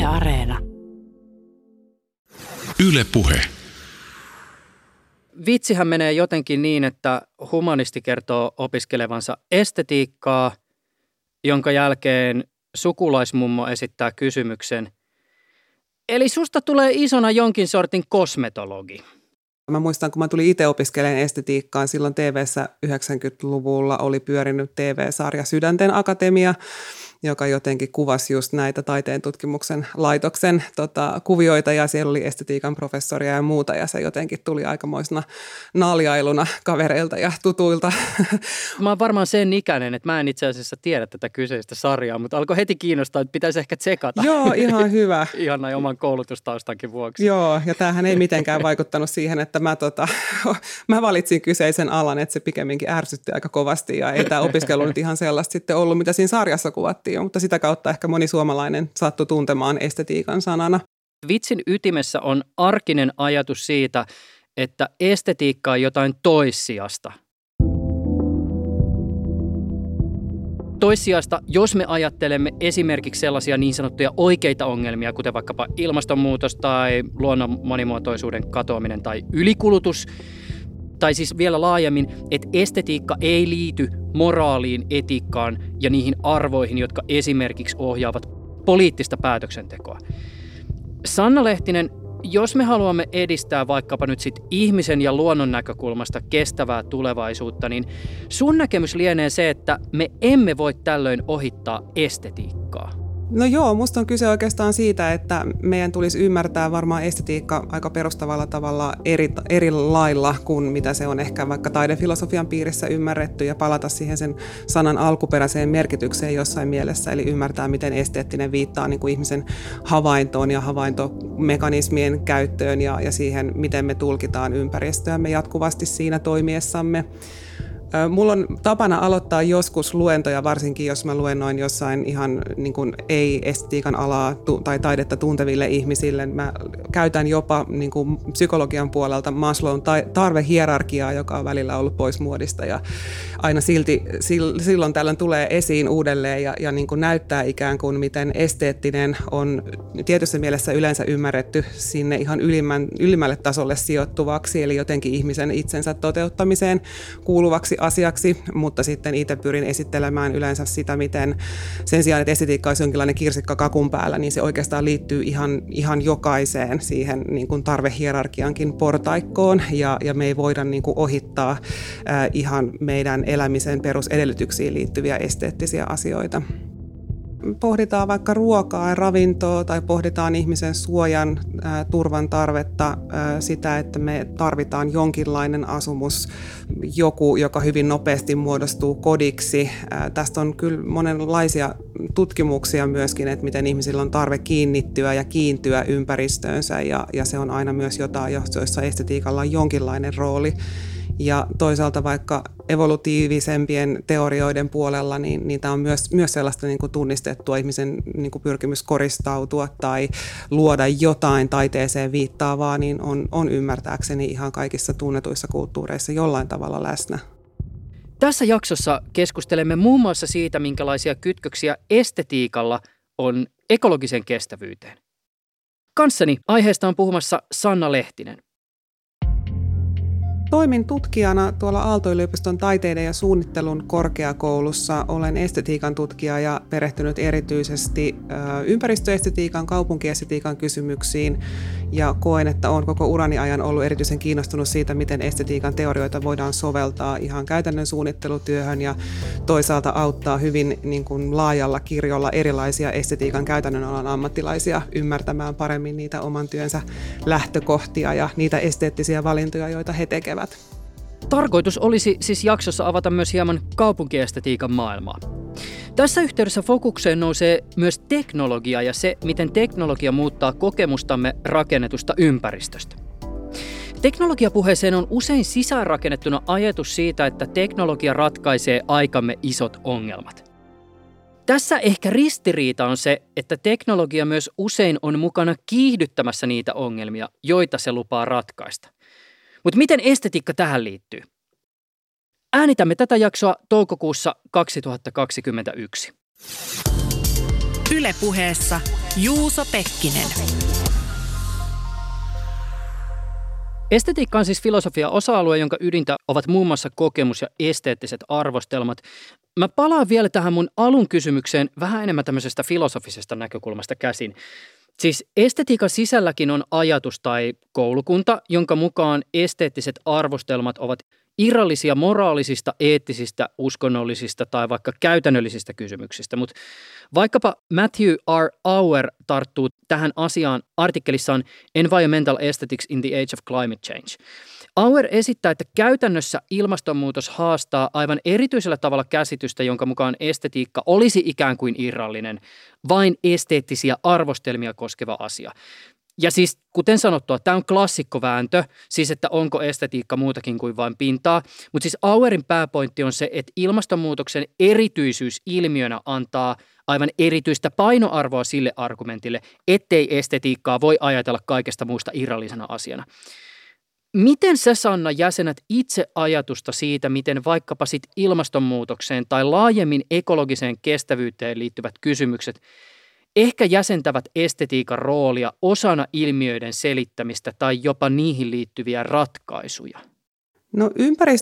Areena. Yle Puhe. Vitsihän menee jotenkin niin, että humanisti kertoo opiskelevansa estetiikkaa, jonka jälkeen sukulaismummo esittää kysymyksen. Eli susta tulee isona jonkin sortin kosmetologi. Mä muistan, kun mä tulin itse opiskelemaan estetiikkaan, silloin TV:ssä 90-luvulla oli pyörinyt TV-sarja Sydänten Akatemia, joka jotenkin kuvasi just näitä taiteen tutkimuksen laitoksen kuvioita, ja siellä oli estetiikan professoria ja muuta, ja se jotenkin tuli aikamoisena naljailuna kavereilta ja tutuilta. Mä oon varmaan sen ikäinen, että mä en itse asiassa tiedä tätä kyseistä sarjaa, mutta alkoi heti kiinnostaa, että pitäisi ehkä tsekata. Joo, ihan hyvä. Ihan näin oman koulutustaustankin vuoksi. Joo, ja tämähän ei mitenkään vaikuttanut siihen, että mä valitsin kyseisen alan, että se pikemminkin ärsytti aika kovasti, ja ei tämä opiskelu nyt ihan sellaista sitten ollut, mitä siinä sarjassa kuvattiin. Mutta sitä kautta ehkä moni suomalainen sattui tuntemaan estetiikan sanana. Vitsin ytimessä on arkinen ajatus siitä, että estetiikka on jotain toissijasta. Toissijasta, jos me ajattelemme esimerkiksi sellaisia niin sanottuja oikeita ongelmia, kuten vaikkapa ilmastonmuutos tai luonnon monimuotoisuuden katoaminen tai ylikulutus, tai siis vielä laajemmin, että estetiikka ei liity moraaliin, etiikkaan ja niihin arvoihin, jotka esimerkiksi ohjaavat poliittista päätöksentekoa. Sanna Lehtinen, jos me haluamme edistää vaikkapa nyt sit ihmisen ja luonnon näkökulmasta kestävää tulevaisuutta, niin sun näkemys lienee se, että me emme voi tällöin ohittaa estetiikkaa. No joo, musta on kyse oikeastaan siitä, että meidän tulisi ymmärtää varmaan estetiikka aika perustavalla tavalla eri lailla kuin mitä se on ehkä vaikka taidefilosofian piirissä ymmärretty, ja palata siihen sen sanan alkuperäiseen merkitykseen jossain mielessä, eli ymmärtää, miten esteettinen viittaa niin kuin ihmisen havaintoon ja havaintomekanismien käyttöön ja siihen, miten me tulkitaan ympäristöämme jatkuvasti siinä toimiessamme. Mulla on tapana aloittaa joskus luentoja, varsinkin jos mä luennoin jossain ihan niin kuin ei-estetiikan alaa tai taidetta tunteville ihmisille. Mä käytän jopa niin kuin psykologian puolelta Maslown tarvehierarkiaa, joka on välillä ollut pois muodista, ja aina silloin tällöin tulee esiin uudelleen ja niin kuin näyttää ikään kuin miten esteettinen on tietyssä mielessä yleensä ymmärretty sinne ihan ylimmälle tasolle sijoittuvaksi, eli jotenkin ihmisen itsensä toteuttamiseen kuuluvaksi asiaksi, mutta sitten itse pyrin esittelemään yleensä sitä, miten sen sijaan, että estetiikka olisi jonkinlainen kirsikka kakun päällä, niin se oikeastaan liittyy ihan jokaiseen siihen niin kuin tarvehierarkiankin portaikkoon, ja me ei voida niin kuin ohittaa ihan meidän elämisen perusedellytyksiin liittyviä esteettisiä asioita. Pohditaan vaikka ruokaa ja ravintoa tai pohditaan ihmisen suojan, turvan tarvetta, sitä, että me tarvitaan jonkinlainen asumus, joku, joka hyvin nopeasti muodostuu kodiksi. Tästä on kyllä monenlaisia tutkimuksia myöskin, että miten ihmisillä on tarve kiinnittyä ja kiintyä ympäristöönsä, ja se on aina myös jotain, jossa estetiikalla on jonkinlainen rooli. Ja toisaalta vaikka evolutiivisempien teorioiden puolella, niin tämä on myös sellaista niin kuin tunnistettua ihmisen niin kuin pyrkimys koristautua tai luoda jotain taiteeseen viittaavaa, niin on ymmärtääkseni ihan kaikissa tunnetuissa kulttuureissa jollain tavalla läsnä. Tässä jaksossa keskustelemme muun muassa siitä, minkälaisia kytköksiä estetiikalla on ekologiseen kestävyyteen. Kanssani aiheesta on puhumassa Sanna Lehtinen. Toimin tutkijana tuolla Aalto-yliopiston taiteiden ja suunnittelun korkeakoulussa. Olen estetiikan tutkija ja perehtynyt erityisesti ympäristöestetiikan, kaupunkiestetiikan kysymyksiin, ja koen, että olen koko urani ajan ollut erityisen kiinnostunut siitä, miten estetiikan teorioita voidaan soveltaa ihan käytännön suunnittelutyöhön ja toisaalta auttaa hyvin niin kuin laajalla kirjolla erilaisia estetiikan käytännön alan ammattilaisia ymmärtämään paremmin niitä oman työnsä lähtökohtia ja niitä esteettisiä valintoja, joita he tekevät. Tarkoitus olisi siis jaksossa avata myös hieman kaupunkiestetiikan maailmaa. Tässä yhteydessä fokukseen nousee myös teknologia ja se, miten teknologia muuttaa kokemustamme rakennetusta ympäristöstä. Teknologiapuheeseen on usein sisäänrakennettuna ajatus siitä, että teknologia ratkaisee aikamme isot ongelmat. Tässä ehkä ristiriita on se, että teknologia myös usein on mukana kiihdyttämässä niitä ongelmia, joita se lupaa ratkaista. Mutta miten estetiikka tähän liittyy? Äänitämme tätä jaksoa toukokuussa 2021. Yle Puheessa Juuso Pekkinen. Estetiikka on siis filosofian osa-alue, jonka ydintä ovat muun muassa kokemus ja esteettiset arvostelmat. Mä palaan vielä tähän mun alun kysymykseen vähän enemmän tämmöisestä filosofisesta näkökulmasta käsin. Siis estetiikan sisälläkin on ajatus tai koulukunta, jonka mukaan esteettiset arvostelmat ovat irrallisia moraalisista, eettisistä, uskonnollisista tai vaikka käytännöllisistä kysymyksistä. Mutta vaikkapa Matthew R. Auer tarttuu tähän asiaan artikkelissaan Environmental Aesthetics in the Age of Climate Change. Auer esittää, että käytännössä ilmastonmuutos haastaa aivan erityisellä tavalla käsitystä, jonka mukaan estetiikka olisi ikään kuin irrallinen, vain esteettisiä arvostelmia koskeva asia. Ja siis, kuten sanottua, tämä on klassikkovääntö, siis että onko estetiikka muutakin kuin vain pintaa. Mutta siis Auerin pääpointti on se, että ilmastonmuutoksen erityisyys ilmiönä antaa aivan erityistä painoarvoa sille argumentille, ettei estetiikkaa voi ajatella kaikesta muusta irrallisena asiana. Miten sä, Sanna, jäsenät itse ajatusta siitä, miten vaikkapa sit ilmastonmuutokseen tai laajemmin ekologiseen kestävyyteen liittyvät kysymykset ehkä jäsentävät estetiikan roolia osana ilmiöiden selittämistä tai jopa niihin liittyviä ratkaisuja? No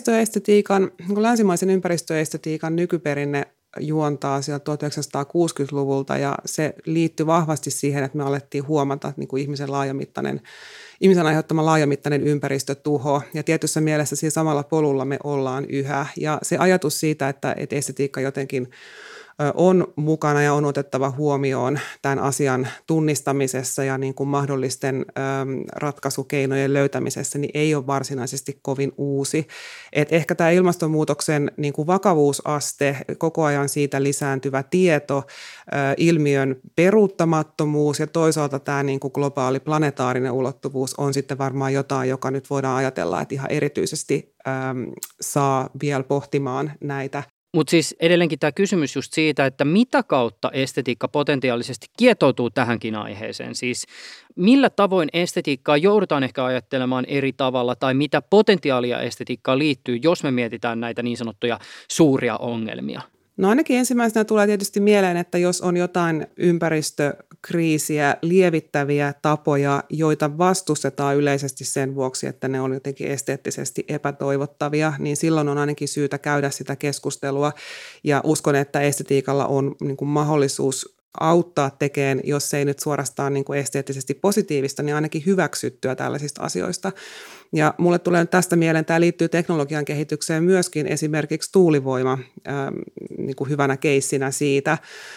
länsimaisen ympäristöestetiikan nykyperinne juontaa sieltä 1960-luvulta ja se liittyy vahvasti siihen, että me alettiin huomata niin kuin ihmisen aiheuttama laajamittainen ympäristötuho ja tietyssä mielessä siinä samalla polulla me ollaan yhä ja se ajatus siitä, että estetiikka jotenkin on mukana ja on otettava huomioon tämän asian tunnistamisessa ja niin kuin mahdollisten ratkaisukeinojen löytämisessä, niin ei ole varsinaisesti kovin uusi. Et ehkä tämä ilmastonmuutoksen niin kuin vakavuusaste, koko ajan siitä lisääntyvä tieto, ilmiön peruuttamattomuus ja toisaalta tämä niin kuin globaali planetaarinen ulottuvuus on sitten varmaan jotain, joka nyt voidaan ajatella, että ihan erityisesti saa vielä pohtimaan näitä. Mutta siis edelleenkin tämä kysymys just siitä, että mitä kautta estetiikka potentiaalisesti kietoutuu tähänkin aiheeseen. Siis millä tavoin estetiikkaa joudutaan ehkä ajattelemaan eri tavalla tai mitä potentiaalia estetiikkaan liittyy, jos me mietitään näitä niin sanottuja suuria ongelmia? No ainakin ensimmäisenä tulee tietysti mieleen, että jos on jotain ympäristökriisiä lievittäviä tapoja, joita vastustetaan yleisesti sen vuoksi, että ne on jotenkin esteettisesti epätoivottavia, niin silloin on ainakin syytä käydä sitä keskustelua. Ja uskon, että estetiikalla on niin kuin mahdollisuus auttaa tekemään, jos ei nyt suorastaan niin kuin esteettisesti positiivista, niin ainakin hyväksyttyä tällaisista asioista. Ja mulle tulee nyt tästä mieleen, tämä liittyy teknologian kehitykseen myöskin esimerkiksi tuulivoima niin kuin hyvänä keissinä siitä.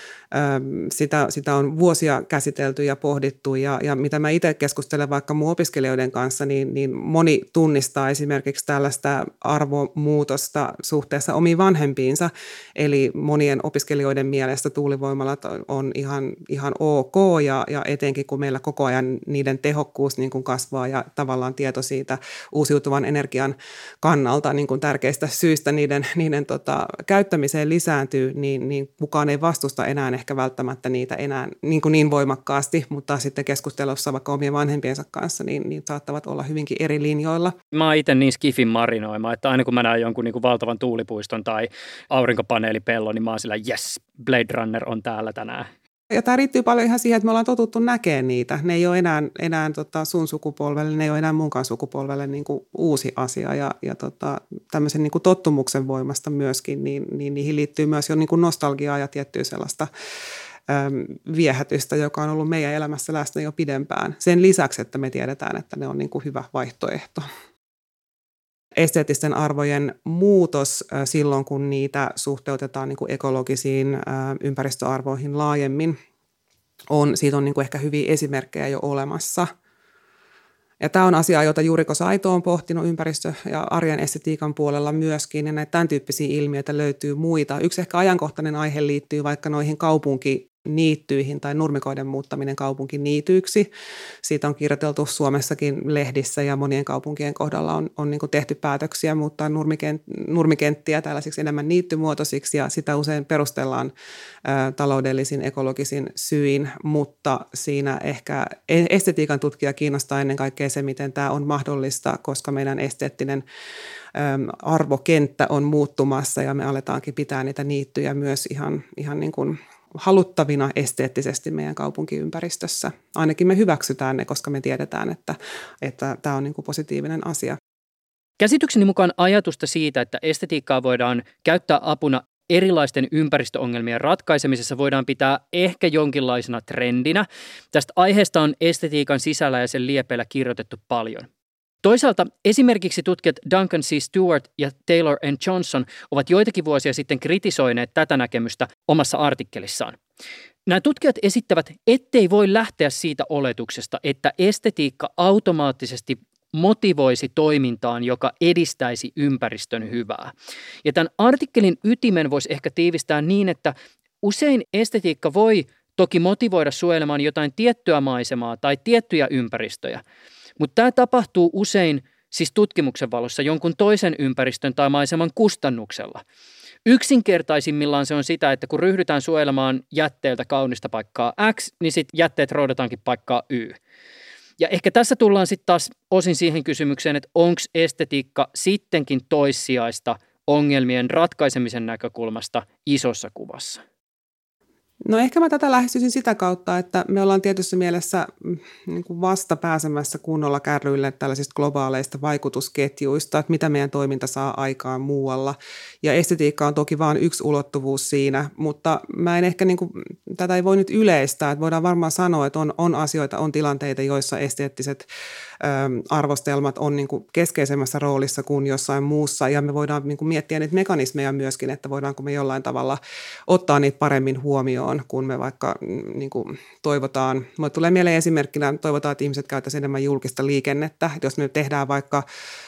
Sitä on vuosia käsitelty ja pohdittu ja mitä mä itse keskustelen vaikka mun opiskelijoiden kanssa, niin moni tunnistaa esimerkiksi tällaista arvomuutosta suhteessa omiin vanhempiinsa. Eli monien opiskelijoiden mielestä tuulivoimalat on ihan ok ja etenkin kun meillä koko ajan niiden tehokkuus niin kuin kasvaa ja tavallaan tieto siitä uusiutuvan energian kannalta niin kuin tärkeistä syistä niiden käyttämiseen lisääntyy, niin kukaan ei vastusta enää ehkä välttämättä niitä enää niin voimakkaasti, mutta sitten keskustelussa vaikka omien vanhempiensa kanssa, niin saattavat olla hyvinkin eri linjoilla. Mä oon itse niin skifin marinoima, että aina kun mä näen jonkun niin kuin valtavan tuulipuiston tai aurinkopaneelipellon, niin mä oon sillä yes, Blade Runner on täällä tänään. Ja tämä riittyy paljon ihan siihen, että me ollaan totuttu näkemään niitä. Ne ei ole enää sun sukupolvelle, ne ei ole enää munkaan sukupolvelle niin kuin uusi asia. Ja tämmöisen niin kuin tottumuksen voimasta myöskin, niin niihin liittyy myös jo niin kuin nostalgiaa ja tiettyä sellaista viehätystä, joka on ollut meidän elämässä läsnä jo pidempään. Sen lisäksi, että me tiedetään, että ne on niin kuin hyvä vaihtoehto. Esteettisten arvojen muutos silloin, kun niitä suhteutetaan niin kuin ekologisiin ympäristöarvoihin laajemmin, siitä on niin kuin ehkä hyviä esimerkkejä jo olemassa. Ja tämä on asia, jota Juriko Saito on pohtinut ympäristö- ja arjen estetiikan puolella myöskin, ja näitä tämän tyyppisiä ilmiöitä löytyy muita. Yksi ehkä ajankohtainen aihe liittyy vaikka noihin kaupunkiniittyihin tai nurmikoiden muuttaminen kaupunkiniityiksi. Siitä on kirjoiteltu Suomessakin lehdissä ja monien kaupunkien kohdalla on niin kuin tehty päätöksiä muuttaa nurmikenttiä tällaisiksi enemmän niittymuotoisiksi ja sitä usein perustellaan taloudellisin, ekologisin syin, mutta siinä ehkä estetiikan tutkija kiinnostaa ennen kaikkea se, miten tämä on mahdollista, koska meidän esteettinen arvokenttä on muuttumassa ja me aletaankin pitää niitä niittyjä myös ihan niin kuin haluttavina esteettisesti meidän kaupunkiympäristössä. Ainakin me hyväksytään ne, koska me tiedetään, että tämä on niin kuin positiivinen asia. Käsitykseni mukaan ajatusta siitä, että estetiikkaa voidaan käyttää apuna erilaisten ympäristöongelmien ratkaisemisessa voidaan pitää ehkä jonkinlaisena trendinä. Tästä aiheesta on estetiikan sisällä ja sen liepeillä kirjoitettu paljon. Toisaalta esimerkiksi tutkijat Duncan C. Stewart ja Taylor N. Johnson ovat joitakin vuosia sitten kritisoineet tätä näkemystä omassa artikkelissaan. Nämä tutkijat esittävät, ettei voi lähteä siitä oletuksesta, että estetiikka automaattisesti motivoisi toimintaan, joka edistäisi ympäristön hyvää. Ja tämän artikkelin ytimen voisi ehkä tiivistää niin, että usein estetiikka voi toki motivoida suojelemaan jotain tiettyä maisemaa tai tiettyjä ympäristöjä, mutta tämä tapahtuu usein siis tutkimuksen valossa jonkun toisen ympäristön tai maiseman kustannuksella. Yksinkertaisimmillaan se on sitä, että kun ryhdytään suojelemaan jätteeltä kaunista paikkaa X, niin sitten jätteet roudataankin paikkaa Y. Ja ehkä tässä tullaan sitten taas osin siihen kysymykseen, että onko estetiikka sittenkin toissijaista ongelmien ratkaisemisen näkökulmasta isossa kuvassa? No ehkä mä tätä lähestyisin sitä kautta, että me ollaan tietyssä mielessä niin kuin vasta pääsemässä kunnolla kärryille tällaisista globaaleista vaikutusketjuista, että mitä meidän toiminta saa aikaan muualla. Ja estetiikka on toki vain yksi ulottuvuus siinä, mutta mä en ehkä, niin kuin, tätä ei voi nyt yleistää, että voidaan varmaan sanoa, että on asioita, on tilanteita, joissa esteettiset arvostelmat on niin kuin keskeisemmässä roolissa kuin jossain muussa, ja me voidaan niin kuin miettiä niitä mekanismeja myöskin, että voidaanko me jollain tavalla ottaa niitä paremmin huomioon, kun me vaikka niin kuin toivotaan. Mulle tulee mieleen esimerkkinä, toivotaan, että ihmiset käyttäisivät enemmän julkista liikennettä. Että jos me tehdään vaikka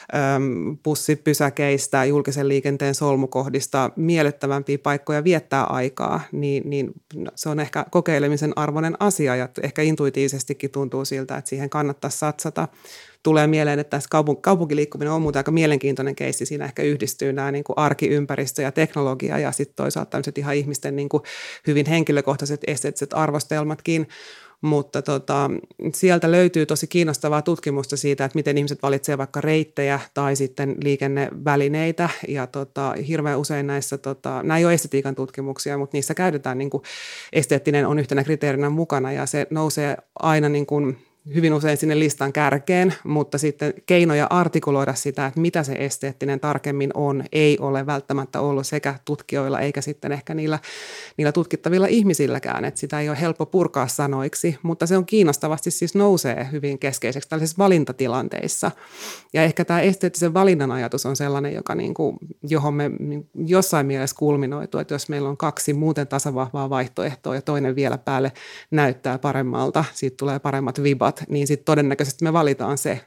bussipysäkeistä, julkisen liikenteen solmukohdista miellyttävämpiä paikkoja viettää aikaa, niin se on ehkä kokeilemisen arvoinen asia, ja ehkä intuitiivisestikin tuntuu siltä, että siihen kannattaisi satsata. Tulee mieleen, että tässä kaupunkiliikkuminen on muuten aika mielenkiintoinen keissi. Siinä ehkä yhdistyy nämä niin kuin arkiympäristö ja teknologia ja sitten toisaalta tämmöiset ihan ihmisten niin kuin hyvin henkilökohtaiset esteettiset arvostelmatkin. Mutta sieltä löytyy tosi kiinnostavaa tutkimusta siitä, että miten ihmiset valitsevat vaikka reittejä tai sitten liikennevälineitä. Ja hirveän usein näissä, nämä ei ole estetiikan tutkimuksia, mutta niissä käytetään niin kuin esteettinen on yhtenä kriteerinä mukana ja se nousee aina niin kuin hyvin usein sinne listan kärkeen, mutta sitten keinoja artikuloida sitä, että mitä se esteettinen tarkemmin on, ei ole välttämättä ollut sekä tutkijoilla eikä sitten ehkä niillä tutkittavilla ihmisilläkään, että sitä ei ole helppo purkaa sanoiksi, mutta se on kiinnostavasti siis nousee hyvin keskeiseksi tällaisissa valintatilanteissa. Ja ehkä tämä esteettisen valinnan ajatus on sellainen, joka johon me jossain mielessä kulminoituu, että jos meillä on kaksi muuten tasavahvaa vaihtoehtoa ja toinen vielä päälle näyttää paremmalta, siitä tulee paremmat vibat, niin sitten todennäköisesti me valitaan se.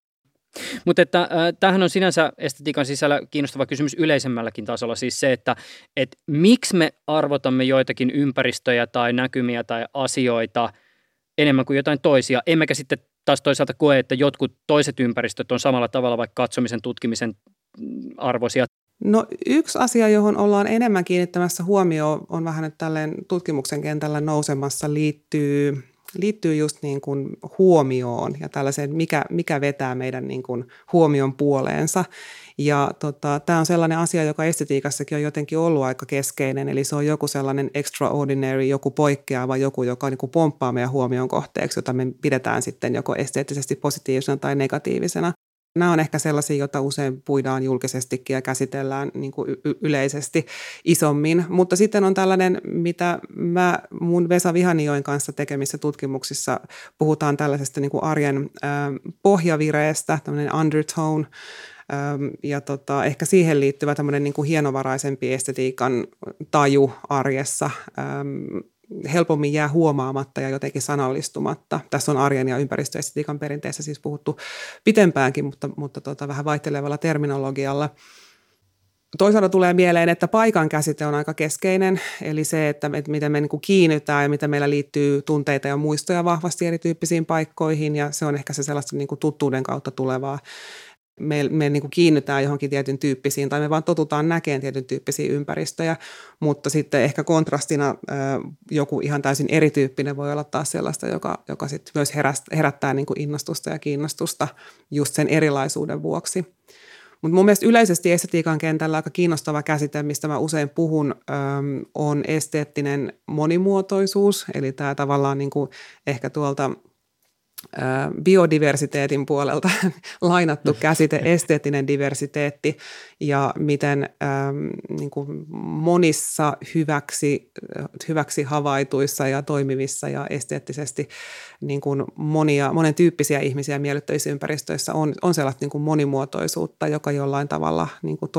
Mutta tämähän on sinänsä estetiikan sisällä kiinnostava kysymys yleisemmälläkin tasolla, siis se, että miksi me arvotamme joitakin ympäristöjä tai näkymiä tai asioita enemmän kuin jotain toisia, emmekä sitten taas toisaalta koe, että jotkut toiset ympäristöt on samalla tavalla vaikka katsomisen, tutkimisen arvoisia. No yksi asia, johon ollaan enemmän kiinnittämässä huomioon, on vähän nyt tälleen tutkimuksen kentällä nousemassa, liittyy just niin kuin huomioon ja tällaiseen, mikä vetää meidän niin kuin huomion puoleensa. Ja tämä on sellainen asia, joka estetiikassakin on jotenkin ollut aika keskeinen, eli se on joku sellainen extraordinary, joku poikkeava, joku, joka niin kuin pomppaa meidän huomion kohteeksi, jota me pidetään sitten joko esteettisesti positiivisena tai negatiivisena. Nämä on ehkä sellaisia, joita usein puidaan julkisestikin ja käsitellään niin kuin yleisesti isommin. Mutta sitten on tällainen, mitä mun Vesa Vihanioen kanssa tekemissä tutkimuksissa puhutaan tällaisesta niin kuin arjen pohjavireestä, tämmöinen undertone. Ja ehkä siihen liittyvä tämmöinen niin kuin hienovaraisempi estetiikan taju arjessa helpommin jää huomaamatta ja jotenkin sanallistumatta. Tässä on arjen ja ympäristöestetiikan perinteessä siis puhuttu pitempäänkin, mutta vähän vaihtelevalla terminologialla. Toisaalta tulee mieleen, että paikan käsite on aika keskeinen, eli se, että miten me niin kuin kiinnytään ja miten meillä liittyy tunteita ja muistoja vahvasti erityyppisiin paikkoihin, ja se on ehkä se sellaista niin kuin tuttuuden kautta tulevaa. Me niin kuin kiinnytään johonkin tietyn tyyppisiin tai me vaan totutaan näkemään tietyn tyyppisiä ympäristöjä, mutta sitten ehkä kontrastina joku ihan täysin erityyppinen voi olla taas sellaista, joka sitten myös herättää niin kuin innostusta ja kiinnostusta just sen erilaisuuden vuoksi. Mutta mun mielestä yleisesti estetiikan kentällä aika kiinnostava käsite, mistä mä usein puhun, on esteettinen monimuotoisuus. Eli tämä tavallaan niin kuin ehkä tuolta biodiversiteetin puolelta lainattu käsite, esteettinen diversiteetti, ja miten niin kuin monissa hyväksi havaituissa ja toimivissa ja esteettisesti niin kuin monen tyyppisiä ihmisiä miellyttävissä ympäristöissä on sellaista niin kuin monimuotoisuutta, joka jollain tavalla niin kuin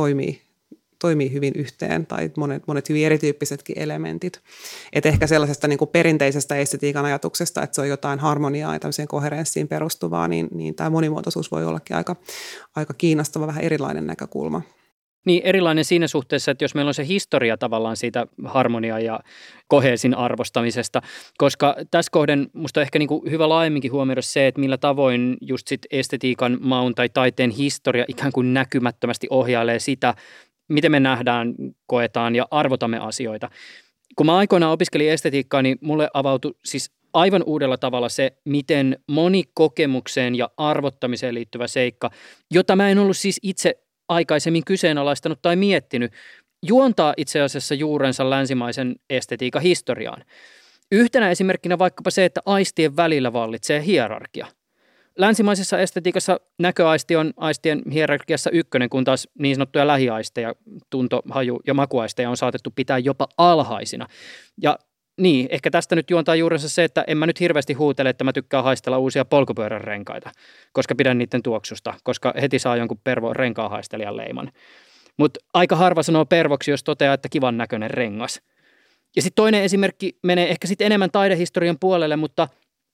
toimii hyvin yhteen, tai monet hyvin erityyppisetkin elementit. Et ehkä sellaisesta niin kuin perinteisestä estetiikan ajatuksesta, että se on jotain harmoniaa ja tämmöiseen koherenssiin perustuvaa, niin tämä monimuotoisuus voi ollakin aika kiinnostava, vähän erilainen näkökulma. Niin, erilainen siinä suhteessa, että jos meillä on se historia tavallaan siitä harmonia ja koheesin arvostamisesta, koska tässä kohden musta on ehkä niin kuin hyvä laajemminkin huomioida se, että millä tavoin just sit estetiikan, maun tai taiteen historia ikään kuin näkymättömästi ohjailee sitä, miten me nähdään, koetaan ja arvotamme asioita. Kun mä aikoinaan opiskelin estetiikkaa, niin mulle avautui siis aivan uudella tavalla se, miten moni kokemukseen ja arvottamiseen liittyvä seikka, jota mä en ollut siis itse aikaisemmin kyseenalaistanut tai miettinyt, juontaa itse asiassa juurensa länsimaisen estetiikan historiaan. Yhtenä esimerkkinä vaikkapa se, että aistien välillä vallitsee hierarkia. Länsimaisessa estetiikassa näköaisti on aistien hierarkiassa ykkönen, kun taas niin sanottuja lähiaisteja, tunto-, haju- ja makuaisteja on saatettu pitää jopa alhaisina. Ja niin, ehkä tästä nyt juontaa juurensa se, että en mä nyt hirveästi huutele, että mä tykkään haistella uusia polkupyörän renkaita, koska pidän niiden tuoksusta, koska heti saa jonkun renkaanhaistelijan leiman. Mutta aika harva sanoo pervoksi, jos toteaa, että kivan näköinen rengas. Ja sitten toinen esimerkki menee ehkä sitten enemmän taidehistorian puolelle, mutta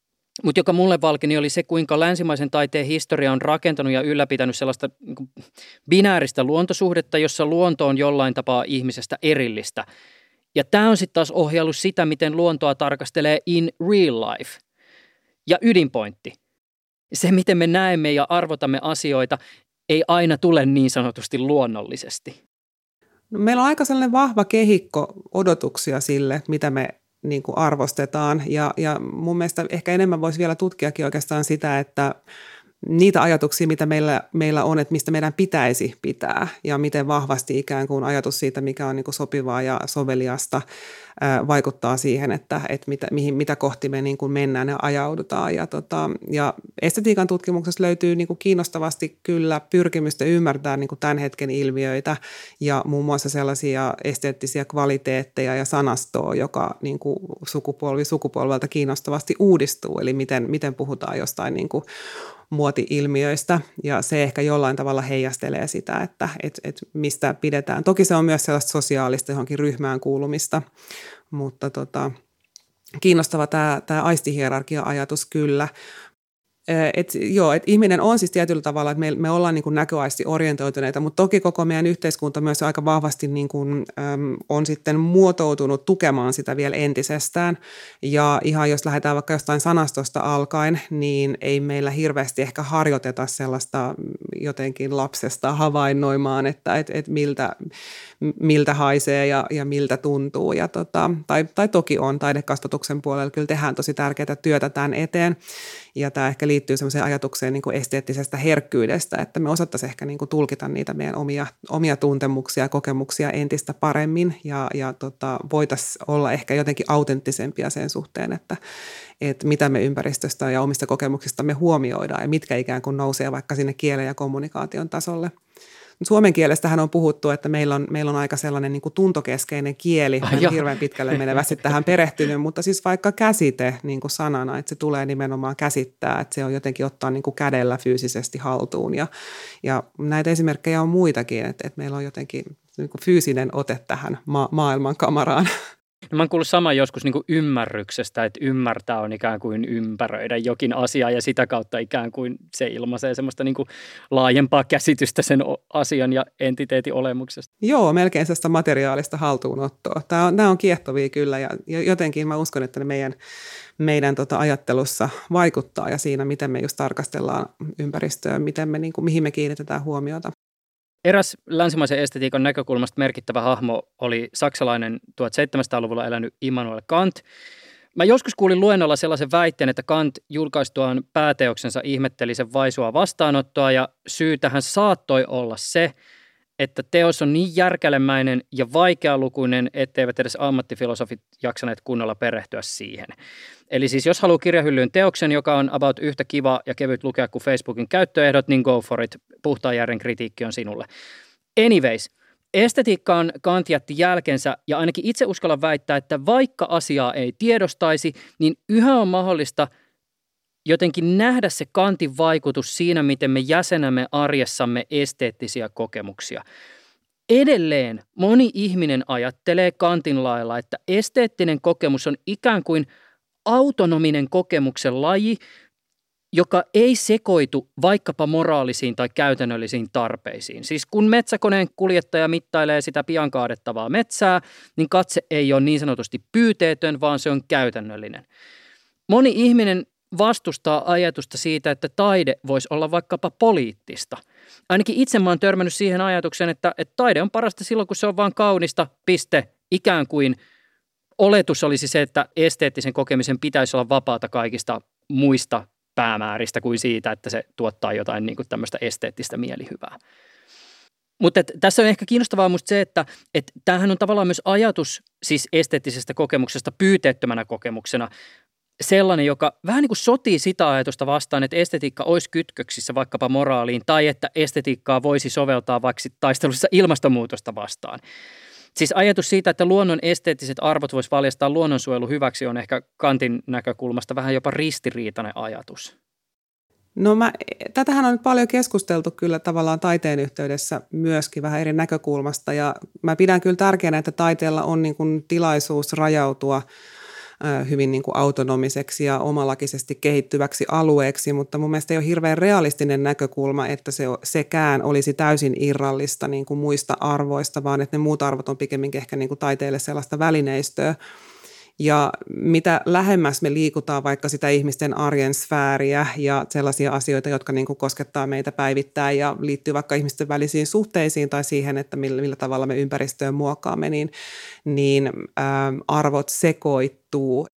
joka mulle valkeni oli se, kuinka länsimaisen taiteen historia on rakentanut ja ylläpitänyt sellaista niin binääristä luontosuhdetta, jossa luonto on jollain tapaa ihmisestä erillistä. Ja tämä on sitten taas ohjaillut sitä, miten luontoa tarkastelee in real life. Ja ydinpointti. Se, miten me näemme ja arvotamme asioita, ei aina tule niin sanotusti luonnollisesti. No, meillä on aika sellainen vahva kehikko odotuksia sille, mitä me niin kuin arvostetaan. Ja mun mielestä ehkä enemmän voisi vielä tutkiakin oikeastaan sitä, että niitä ajatuksia, mitä meillä on, että mistä meidän pitäisi pitää ja miten vahvasti ikään kuin ajatus siitä, mikä on niin kuin sopivaa ja soveliasta, vaikuttaa siihen, että mitä kohti me niin kuin mennään ja ajaudutaan. Ja estetiikan tutkimuksessa löytyy niin kuin kiinnostavasti kyllä pyrkimystä ymmärtää niin kuin tämän hetken ilmiöitä ja muun muassa sellaisia esteettisiä kvaliteetteja ja sanastoa, joka niin kuin sukupolvelta kiinnostavasti uudistuu. Eli miten puhutaan jostain niin kuin muoti-ilmiöistä, ja se ehkä jollain tavalla heijastelee sitä, että mistä pidetään. Toki se on myös sellaista sosiaalista johonkin ryhmään kuulumista, mutta kiinnostava tämä aistihierarkia-ajatus kyllä. Että ihminen on siis tietyllä tavalla, että me ollaan niin kuin näköaisti orientoituneita, mutta toki koko meidän yhteiskunta myös aika vahvasti niin kuin, on sitten muotoutunut tukemaan sitä vielä entisestään. Ja ihan jos lähdetään vaikka jostain sanastosta alkaen, niin ei meillä hirveästi ehkä harjoiteta sellaista jotenkin lapsesta havainnoimaan, että miltä haisee ja miltä tuntuu. Ja tai toki on taidekasvatuksen puolella, kyllä tehdään tosi tärkeää työtä tämän eteen. Ja tämä ehkä liittyy sellaiseen ajatukseen niin kuin esteettisestä herkkyydestä, että me osattaisiin ehkä niin kuin tulkita niitä meidän omia tuntemuksia ja kokemuksia entistä paremmin ja voitaisiin olla ehkä jotenkin autenttisempia sen suhteen, että mitä me ympäristöstä ja omista kokemuksista me huomioidaan ja mitkä ikään kuin nousee vaikka sinne kielen ja kommunikaation tasolle. Suomen kielestähän on puhuttu, että meillä on aika sellainen niin kuin tuntokeskeinen kieli, on hirveän pitkälle menevästi tähän perehtynyt, mutta siis vaikka käsite niin kuin sanana, että se tulee nimenomaan käsittää, että se on jotenkin ottaa niin kuin kädellä fyysisesti haltuun ja näitä esimerkkejä on muitakin, että meillä on jotenkin niin kuin fyysinen ote tähän maailman kamaraan. No, mä oon kuullut saman joskus niin kuin ymmärryksestä, että ymmärtää on ikään kuin ympäröidä jokin asia ja sitä kautta ikään kuin se ilmaisee semmoista niin kuin laajempaa käsitystä sen asian ja entiteetin olemuksesta. Joo, melkein sellaista materiaalista haltuunottoa. Nämä on kiehtovia kyllä ja jotenkin mä uskon, että ne meidän ajattelussa vaikuttaa ja siinä, miten me just tarkastellaan ympäristöä, mihin me kiinnitetään huomiota. Eräs länsimaisen estetiikan näkökulmasta merkittävä hahmo oli saksalainen 1700-luvulla elänyt Immanuel Kant. Mä joskus kuulin luennolla sellaisen väitteen, että Kant julkaistuaan pääteoksensa ihmetteli sen vaisua vastaanottoa ja syy tähän saattoi olla se, että teos on niin järkälemäinen ja vaikealukuinen, etteivät edes ammattifilosofit jaksaneet kunnolla perehtyä siihen. Eli siis jos haluaa kirjahyllyyn teoksen, joka on about yhtä kiva ja kevyt lukea kuin Facebookin käyttöehdot, niin go for it. Puhtaan järjen kritiikki on sinulle. Anyways, estetiikkaan Kant jätti jälkensä ja ainakin itse uskallan väittää, että vaikka asiaa ei tiedostaisi, niin yhä on mahdollista jotenkin nähdä se Kantin vaikutus siinä, miten me jäsenämme arjessamme esteettisiä kokemuksia. Edelleen moni ihminen ajattelee Kantin lailla, että esteettinen kokemus on ikään kuin autonominen kokemuksen laji, joka ei sekoitu vaikkapa moraalisiin tai käytännöllisiin tarpeisiin. Siis kun metsäkoneen kuljettaja mittailee sitä pian kaadettavaa metsää, niin katse ei ole niin sanotusti pyyteetön, vaan se on käytännöllinen. Moni ihminen vastustaa ajatusta siitä, että taide voisi olla vaikkapa poliittista. Ainakin itse mä oon törmännyt siihen ajatukseen, että taide on parasta silloin, kun se on vaan kaunista, piste, ikään kuin oletus olisi se, että esteettisen kokemisen pitäisi olla vapaata kaikista muista päämääristä kuin siitä, että se tuottaa jotain niin kuin tämmöistä esteettistä mielihyvää. Mutta tässä on ehkä kiinnostavaa musta se, että tämähän on tavallaan myös ajatus siis esteettisestä kokemuksesta pyyteettömänä kokemuksena, sellainen, joka vähän niin kuin sotii sitä ajatusta vastaan, että estetiikka olisi kytköksissä vaikkapa moraaliin tai että estetiikkaa voisi soveltaa vaikka taistelussa ilmastonmuutosta vastaan. Siis ajatus siitä, että luonnon esteettiset arvot voisi valjastaa luonnonsuojelu hyväksi on ehkä Kantin näkökulmasta vähän jopa ristiriitainen ajatus. No tätähän on nyt paljon keskusteltu kyllä tavallaan taiteen yhteydessä myöskin vähän eri näkökulmasta ja mä pidän kyllä tärkeänä, että taiteella on niin kuin tilaisuus rajautua hyvin niin kuin autonomiseksi ja omalakisesti kehittyväksi alueeksi, mutta mun mielestä ei ole hirveän realistinen näkökulma, että sekään olisi täysin irrallista niin kuin muista arvoista, vaan että ne muut arvot on pikemminkin ehkä niin kuin taiteelle sellaista välineistöä. Ja mitä lähemmäs me liikutaan vaikka sitä ihmisten arjen sfääriä ja sellaisia asioita, jotka niin kuin koskettaa meitä päivittäin ja liittyy vaikka ihmisten välisiin suhteisiin tai siihen, että millä tavalla me ympäristöön muokkaamme, niin arvot sekoittuu.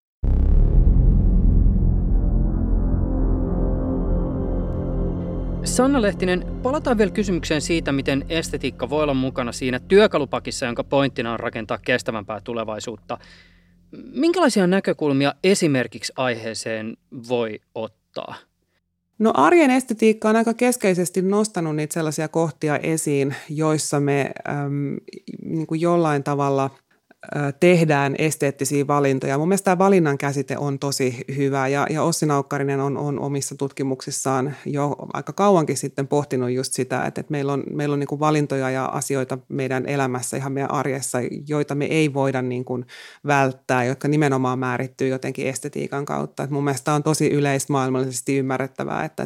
Sanna Lehtinen, palataan vielä kysymykseen siitä, miten estetiikka voi olla mukana siinä työkalupakissa, jonka pointtina on rakentaa kestävämpää tulevaisuutta. Minkälaisia näkökulmia esimerkiksi aiheeseen voi ottaa? No arjen estetiikka on aika keskeisesti nostanut niitä sellaisia kohtia esiin, joissa me niin kuin jollain tavalla tehdään esteettisiä valintoja. Mun mielestä tämä valinnan käsite on tosi hyvä ja Ossi Naukkarinen on omissa tutkimuksissaan jo aika kauankin sitten pohtinut just sitä, että meillä on niin kuin valintoja ja asioita meidän elämässä, ihan meidän arjessa, joita me ei voida niin kuin välttää, jotka nimenomaan määrittyy jotenkin estetiikan kautta. Et mun mielestä tämä on tosi yleismaailmallisesti ymmärrettävää, että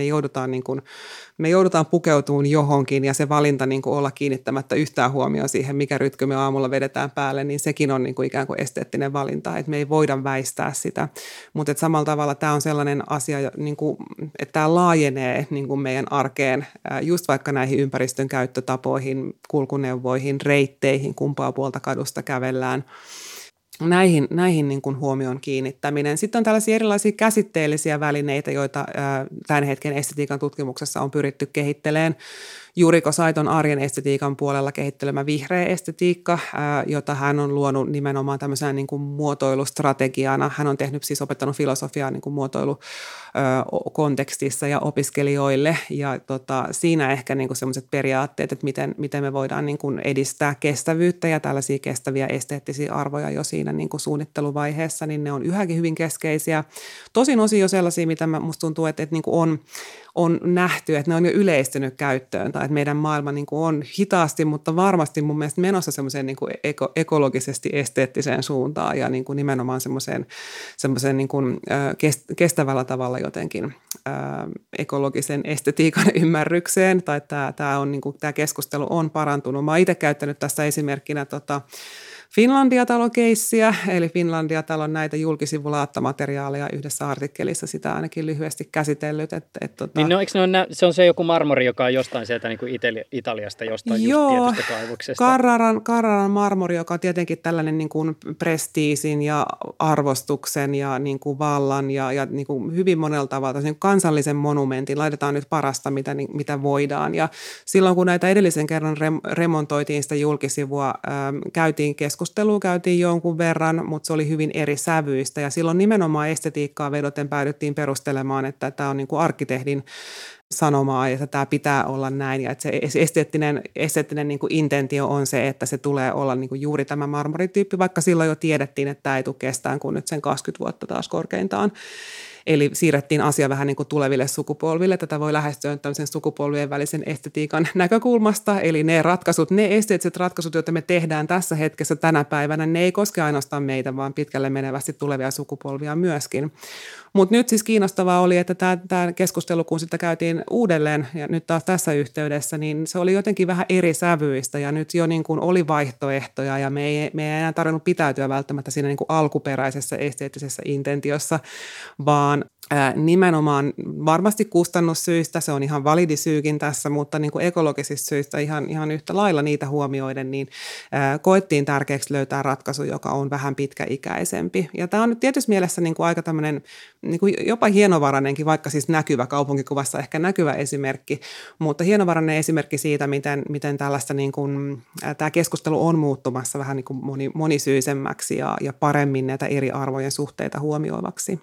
me joudutaan pukeutumaan johonkin ja se valinta niin kuin olla kiinnittämättä yhtään huomioon siihen, mikä rytky me aamulla vedetään päälle, niin sekin on niin kuin ikään kuin esteettinen valinta, että me ei voida väistää sitä. Mutta samalla tavalla tämä on sellainen asia, niin kuin, että tämä laajenee niin kuin meidän arkeen just vaikka näihin ympäristön käyttötapoihin, kulkuneuvoihin, reitteihin, kumpaa puolta kadusta kävellään. Näihin niin kuin huomion kiinnittäminen. Sitten on tällaisia erilaisia käsitteellisiä välineitä, joita tämän hetken estetiikan tutkimuksessa on pyritty kehittelemään. Juriko Saiton arjen estetiikan puolella kehittelemä vihreä estetiikka, jota hän on luonut nimenomaan tämmöisenä niin kuin muotoilustrategiana. Hän on opettanut filosofiaa niin kuin muotoilukontekstissa ja opiskelijoille. Ja siinä ehkä niin kuin sellaiset periaatteet, että miten me voidaan niin kuin edistää kestävyyttä ja tällaisia kestäviä esteettisiä arvoja jo siinä niin kuin suunnitteluvaiheessa, niin ne on yhäkin hyvin keskeisiä. Tosin osin jo sellaisia, mitä musta tuntuu, että niin kuin on nähty, että ne on jo yleistynyt käyttöön tai että meidän maailma niin kuin on hitaasti, mutta varmasti mun mielestä menossa semmoiseen niin kuin ekologisesti esteettiseen suuntaan ja niin kuin nimenomaan semmoiseen niin kuin kestävällä tavalla jotenkin ekologisen estetiikan ymmärrykseen tai tämä keskustelu on parantunut. Mä oon itse käyttänyt tässä esimerkkinä Finlandia-talo-keissiä, eli Finlandia-talon näitä julkisivulaattamateriaaleja yhdessä artikkelissa sitä ainakin lyhyesti käsitellyt. Niin no, eikö se on se joku marmori, joka on jostain sieltä niin kuin Italiasta, jostain just tietystä kaivoksesta? Carraran marmori, joka on tietenkin tällainen niin kuin prestiisin ja arvostuksen ja niin kuin vallan ja niin kuin hyvin monella tavalla niin kansallisen monumentin. Laitetaan nyt parasta, mitä voidaan. Ja silloin, kun näitä edellisen kerran remontoitiin sitä julkisivua, käytiin jonkun verran, mutta se oli hyvin eri sävyistä. Ja silloin nimenomaan estetiikkaa vedoten päädyttiin perustelemaan, että tämä on niin kuin arkkitehdin sanomaa, että tämä pitää olla näin ja että se esteettinen niin kuin intentio on se, että se tulee olla niin kuin juuri tämä marmorityyppi, vaikka silloin jo tiedettiin, että tämä ei tule kestään kuin nyt sen 20 vuotta taas korkeintaan. Eli siirrettiin asia vähän niin kuin tuleville sukupolville. Tätä voi lähestyä tämmöisen sukupolvien välisen estetiikan näkökulmasta. Eli ne esteettiset ratkaisut, joita me tehdään tässä hetkessä tänä päivänä, ne ei koske ainoastaan meitä, vaan pitkälle menevästi tulevia sukupolvia myöskin. Mutta nyt siis kiinnostavaa oli, että tämä keskustelu, kun sitä käytiin uudelleen ja nyt taas tässä yhteydessä, niin se oli jotenkin vähän eri sävyistä ja nyt jo niin kuin oli vaihtoehtoja ja me ei enää tarvinnut pitäytyä välttämättä siinä niin kuin alkuperäisessä esteettisessä intentiossa, vaan nimenomaan varmasti kustannussyistä, se on ihan validi syykin tässä, mutta niin kuin ekologisista syistä ihan yhtä lailla niitä huomioiden, niin koettiin tärkeäksi löytää ratkaisu, joka on vähän pitkäikäisempi. Ja tämä on nyt tietysti mielessä niin kuin aika tämmöinen niin kuin jopa hienovarainenkin, vaikka siis näkyvä kaupunkikuvassa ehkä näkyvä esimerkki, mutta hienovarainen esimerkki siitä, miten tällaista niin kuin, tämä keskustelu on muuttumassa vähän niin kuin monisyisemmäksi ja paremmin näitä eri arvojen suhteita huomioivaksi.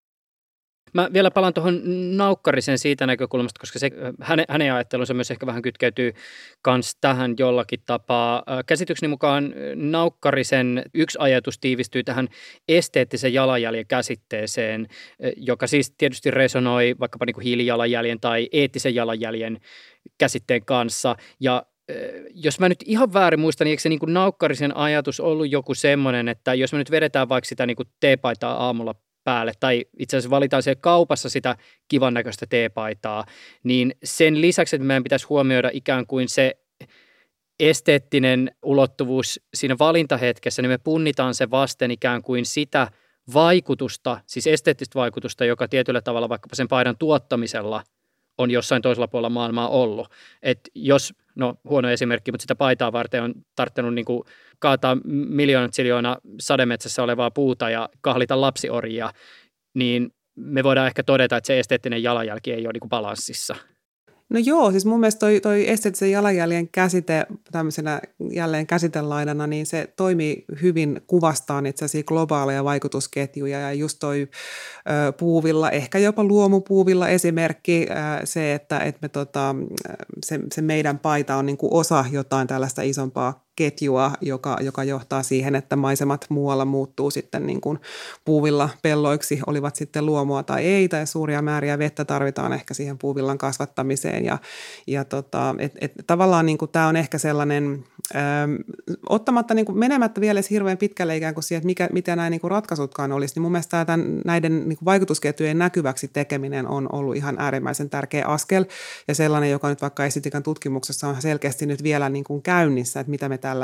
Mä vielä palaan tuohon Naukkarisen siitä näkökulmasta, koska se, hänen ajattelunsa myös ehkä vähän kytkeytyy kans tähän jollakin tapaa. Käsitykseni mukaan Naukkarisen yksi ajatus tiivistyy tähän esteettisen jalanjäljen käsitteeseen, joka siis tietysti resonoi vaikkapa niin kuin hiilijalanjäljen tai eettisen jalanjäljen käsitteen kanssa. Ja jos mä nyt ihan väärin muistan, niin eikö se niin kuin Naukkarisen ajatus ollut joku semmoinen, että jos me nyt vedetään vaikka sitä niin kuin teepaitaa aamulla päälle, tai itse asiassa valitaan siellä kaupassa sitä kivan näköistä teepaitaa, niin sen lisäksi, että meidän pitäisi huomioida ikään kuin se esteettinen ulottuvuus siinä valintahetkessä, niin me punnitaan se vasten ikään kuin sitä vaikutusta, siis esteettistä vaikutusta, joka tietyllä tavalla vaikkapa sen paidan tuottamisella on jossain toisella puolella maailmaa ollut. Että jos, no huono esimerkki, mutta sitä paitaa varten on tarttunut niin kuin kaataa miljoona sademetsässä olevaa puuta ja kahlita lapsiorjia, niin me voidaan ehkä todeta, että se esteettinen jalanjälki ei ole niin kuin balanssissa. No joo, siis mun mielestä toi esteettisen jalanjäljen käsite tämmöisenä jälleen käsitelaidana, niin se toimii hyvin kuvastaan itse asiassa globaaleja vaikutusketjuja ja just toi puuvilla, ehkä jopa luomupuuvilla esimerkki, se, että me se meidän paita on niin kuin osa jotain tällaista isompaa ketjua, joka johtaa siihen, että maisemat muualla muuttuu sitten niin kuin puuvilla pelloiksi, olivat sitten luomua tai ei, tai suuria määriä vettä tarvitaan ehkä siihen puuvillan kasvattamiseen. Tavallaan niin kuin tämä on ehkä sellainen, ottamatta niin kuin menemättä vielä hirveän pitkälle ikään kuin siihen, että mitä nämä niin kuin ratkaisutkaan olisi, niin mun mielestä näiden niin kuin vaikutusketjujen näkyväksi tekeminen on ollut ihan äärimmäisen tärkeä askel, ja sellainen, joka nyt vaikka estetiikan tutkimuksessa on selkeästi nyt vielä niin kuin käynnissä, että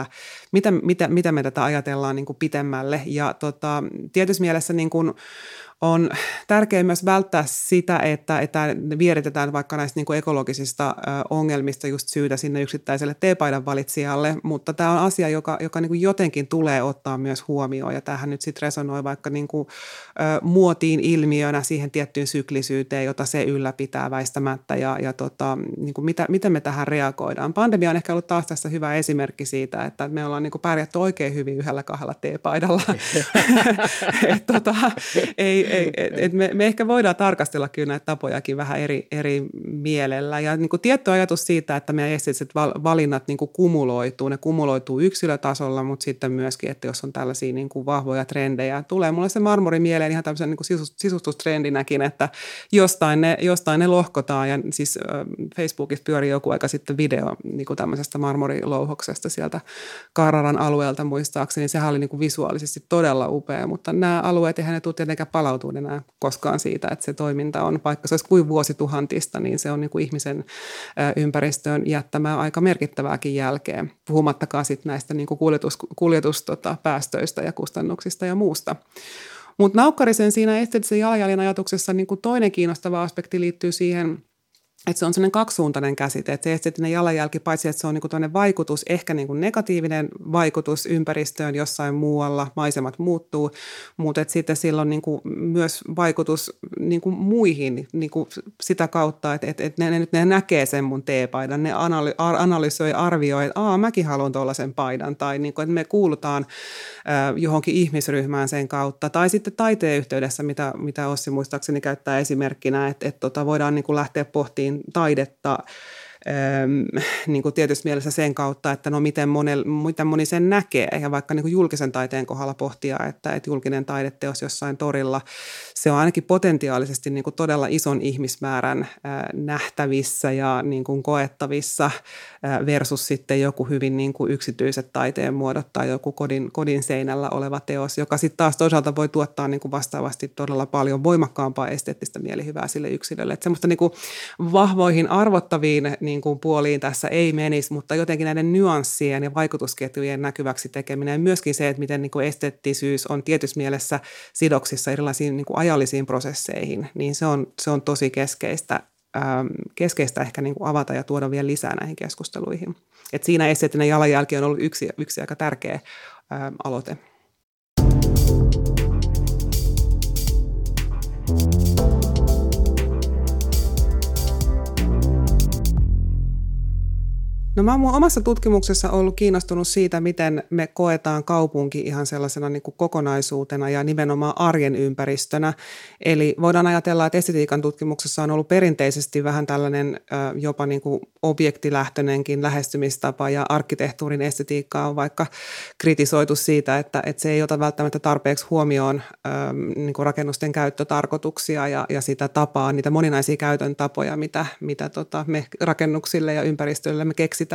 mitä me tätä ajatellaan niin kuin pitemmälle. Ja tietysti mielessä niin kuin on tärkeää myös välttää sitä, että vieritetään vaikka näistä niin kuin ekologisista ongelmista just syytä sinne yksittäiselle teepaidan valitsijalle, mutta tämä on asia, joka niin kuin jotenkin tulee ottaa myös huomioon, ja tämähän nyt sitten resonoi vaikka niin kuin muotiin ilmiönä siihen tiettyyn syklisyyteen, jota se ylläpitää väistämättä, niin kuin miten me tähän reagoidaan. Pandemia on ehkä ollut taas tässä hyvä esimerkki siitä, että me ollaan niin kuin pärjätty oikein hyvin 1-2 teepaidalla. Me ehkä voidaan tarkastella kyllä näitä tapojakin vähän eri mielellä. Ja niin kuin tietty ajatus siitä, että meidän esteettiset valinnat niin kuin kumuloituu. Ne kumuloituu yksilötasolla, mutta sitten myöskin, että jos on tällaisia niin kuin vahvoja trendejä. Tulee mulle se marmori mieleen ihan tämmöisen niin kuin sisustustrendinäkin, että jostain ne lohkotaan. Ja siis Facebookissa pyörii joku aika sitten video niin kuin tämmöisestä marmorilouhoksesta sieltä Carraran alueelta muistaakseni. Sehän oli niin kuin visuaalisesti todella upea, mutta nämä alueet eihän ne tule tietenkään palautumaan irtautua enää koskaan siitä, että se toiminta on, vaikka se olisi kuin vuosituhantista, niin se on niin kuin ihmisen ympäristöön jättämään aika merkittävääkin jälkeä, puhumattakaan sitten näistä niin kuin kuljetuspäästöistä ja kustannuksista ja muusta. Mutta naukkarisen siinä esteettisen jalanjäljen ajatuksessa niin kuin toinen kiinnostava aspekti liittyy siihen, että se on sellainen kaksisuuntainen käsite, että se esteettinen jalanjälki, paitsi että se on niin kuin vaikutus, ehkä niin kuin negatiivinen vaikutus ympäristöön jossain muualla, maisemat muuttuu, mutta että sitten sillä on niin kuin myös vaikutus niin kuin muihin niin kuin sitä kautta, että ne näkee sen mun teepaidan, ne analysoi, arvioi, että mäkin haluan tuollaisen paidan, tai niin kuin, että me kuulutaan johonkin ihmisryhmään sen kautta, tai sitten taiteen yhteydessä, mitä Ossi muistaakseni käyttää esimerkkinä, että voidaan niin kuin lähteä pohtimaan taidetta niin kuin tietysti mielessä sen kautta, että no miten moni sen näkee, ja vaikka niin kuin julkisen taiteen kohdalla pohtia, että julkinen taideteos jossain torilla, se on ainakin potentiaalisesti niin kuin todella ison ihmismäärän nähtävissä ja niin kuin koettavissa versus sitten joku hyvin niin kuin yksityiset taiteen muodot tai joku kodin seinällä oleva teos, joka sitten taas toisaalta voi tuottaa niin kuin vastaavasti todella paljon voimakkaampaa esteettistä mielihyvää sille yksilölle. Että semmoista niin kuin vahvoihin arvottaviin niin kuin puoliin tässä ei menisi, mutta jotenkin näiden nyanssien ja vaikutusketjujen näkyväksi tekeminen ja myöskin se, että miten niin kuin esteettisyys on tietyssä mielessä sidoksissa erilaisiin niin kuin ajallisiin prosesseihin, niin se on tosi keskeistä ehkä niin kuin avata ja tuoda vielä lisää näihin keskusteluihin. Et siinä esteettinen jalanjälki on ollut yksi aika tärkeä aloite. No mä oon mun omassa tutkimuksessa ollut kiinnostunut siitä, miten me koetaan kaupunki ihan sellaisena niin kuin kokonaisuutena ja nimenomaan arjen ympäristönä. Eli voidaan ajatella, että estetiikan tutkimuksessa on ollut perinteisesti vähän tällainen jopa niin kuin objektilähtöinenkin lähestymistapa ja arkkitehtuurin estetiikkaa on vaikka kritisoitu siitä, että se ei ota välttämättä tarpeeksi huomioon niin kuin rakennusten käyttötarkoituksia ja sitä tapaa, niitä moninaisia käytön tapoja, mitä me rakennuksille ja ympäristölle me keksitään.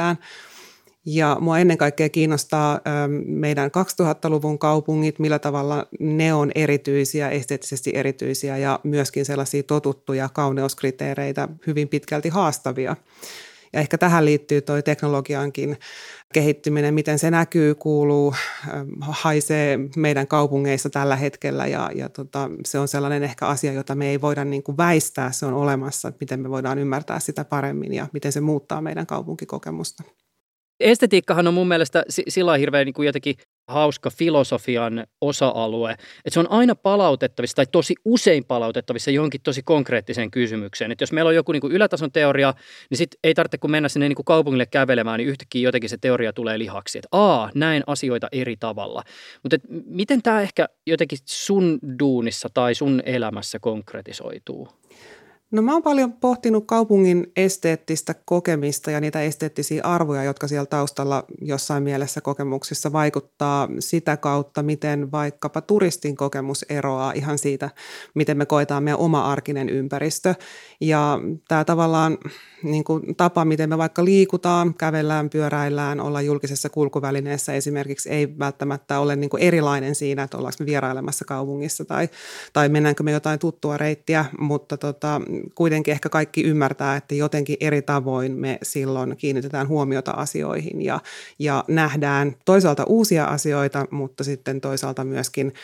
Ja mua ennen kaikkea kiinnostaa meidän 2000-luvun kaupungit, millä tavalla ne on erityisiä, esteettisesti erityisiä ja myöskin sellaisia totuttuja kauneuskriteereitä hyvin pitkälti haastavia. Ja ehkä tähän liittyy toi teknologiankin kehittyminen, miten se näkyy, kuuluu, haisee meidän kaupungeissa tällä hetkellä ja se on sellainen ehkä asia, jota me ei voida niin kuin väistää, se on olemassa, että miten me voidaan ymmärtää sitä paremmin ja miten se muuttaa meidän kaupunkikokemusta. Estetiikkahan on mun mielestä sillä hirveän niin kuin jotenkin hauska filosofian osa-alue, että se on aina palautettavissa tai tosi usein palautettavissa johonkin tosi konkreettiseen kysymykseen. Että jos meillä on joku niin kuin ylätason teoria, niin sitten ei tarvitse kun mennä sinne niin kuin kaupungille kävelemään, niin yhtäkkiä jotenkin se teoria tulee lihaksi. Että näin asioita eri tavalla. Mutta miten tämä ehkä jotenkin sun duunissa tai sun elämässä konkretisoituu? No mä oon paljon pohtinut kaupungin esteettistä kokemista ja niitä esteettisiä arvoja, jotka siellä taustalla jossain mielessä kokemuksissa vaikuttaa sitä kautta, miten vaikkapa turistin kokemus eroaa ihan siitä, miten me koetaan meidän oma arkinen ympäristö. Ja tämä tavallaan niin kuin tapa, miten me vaikka liikutaan, kävellään, pyöräillään, ollaan julkisessa kulkuvälineessä esimerkiksi ei välttämättä ole niin kuin erilainen siinä, että ollaanko me vierailemassa kaupungissa tai mennäänkö me jotain tuttua reittiä, mutta kuitenkin ehkä kaikki ymmärtää, että jotenkin eri tavoin me silloin kiinnitetään huomiota asioihin ja nähdään toisaalta uusia asioita, mutta sitten toisaalta myöskin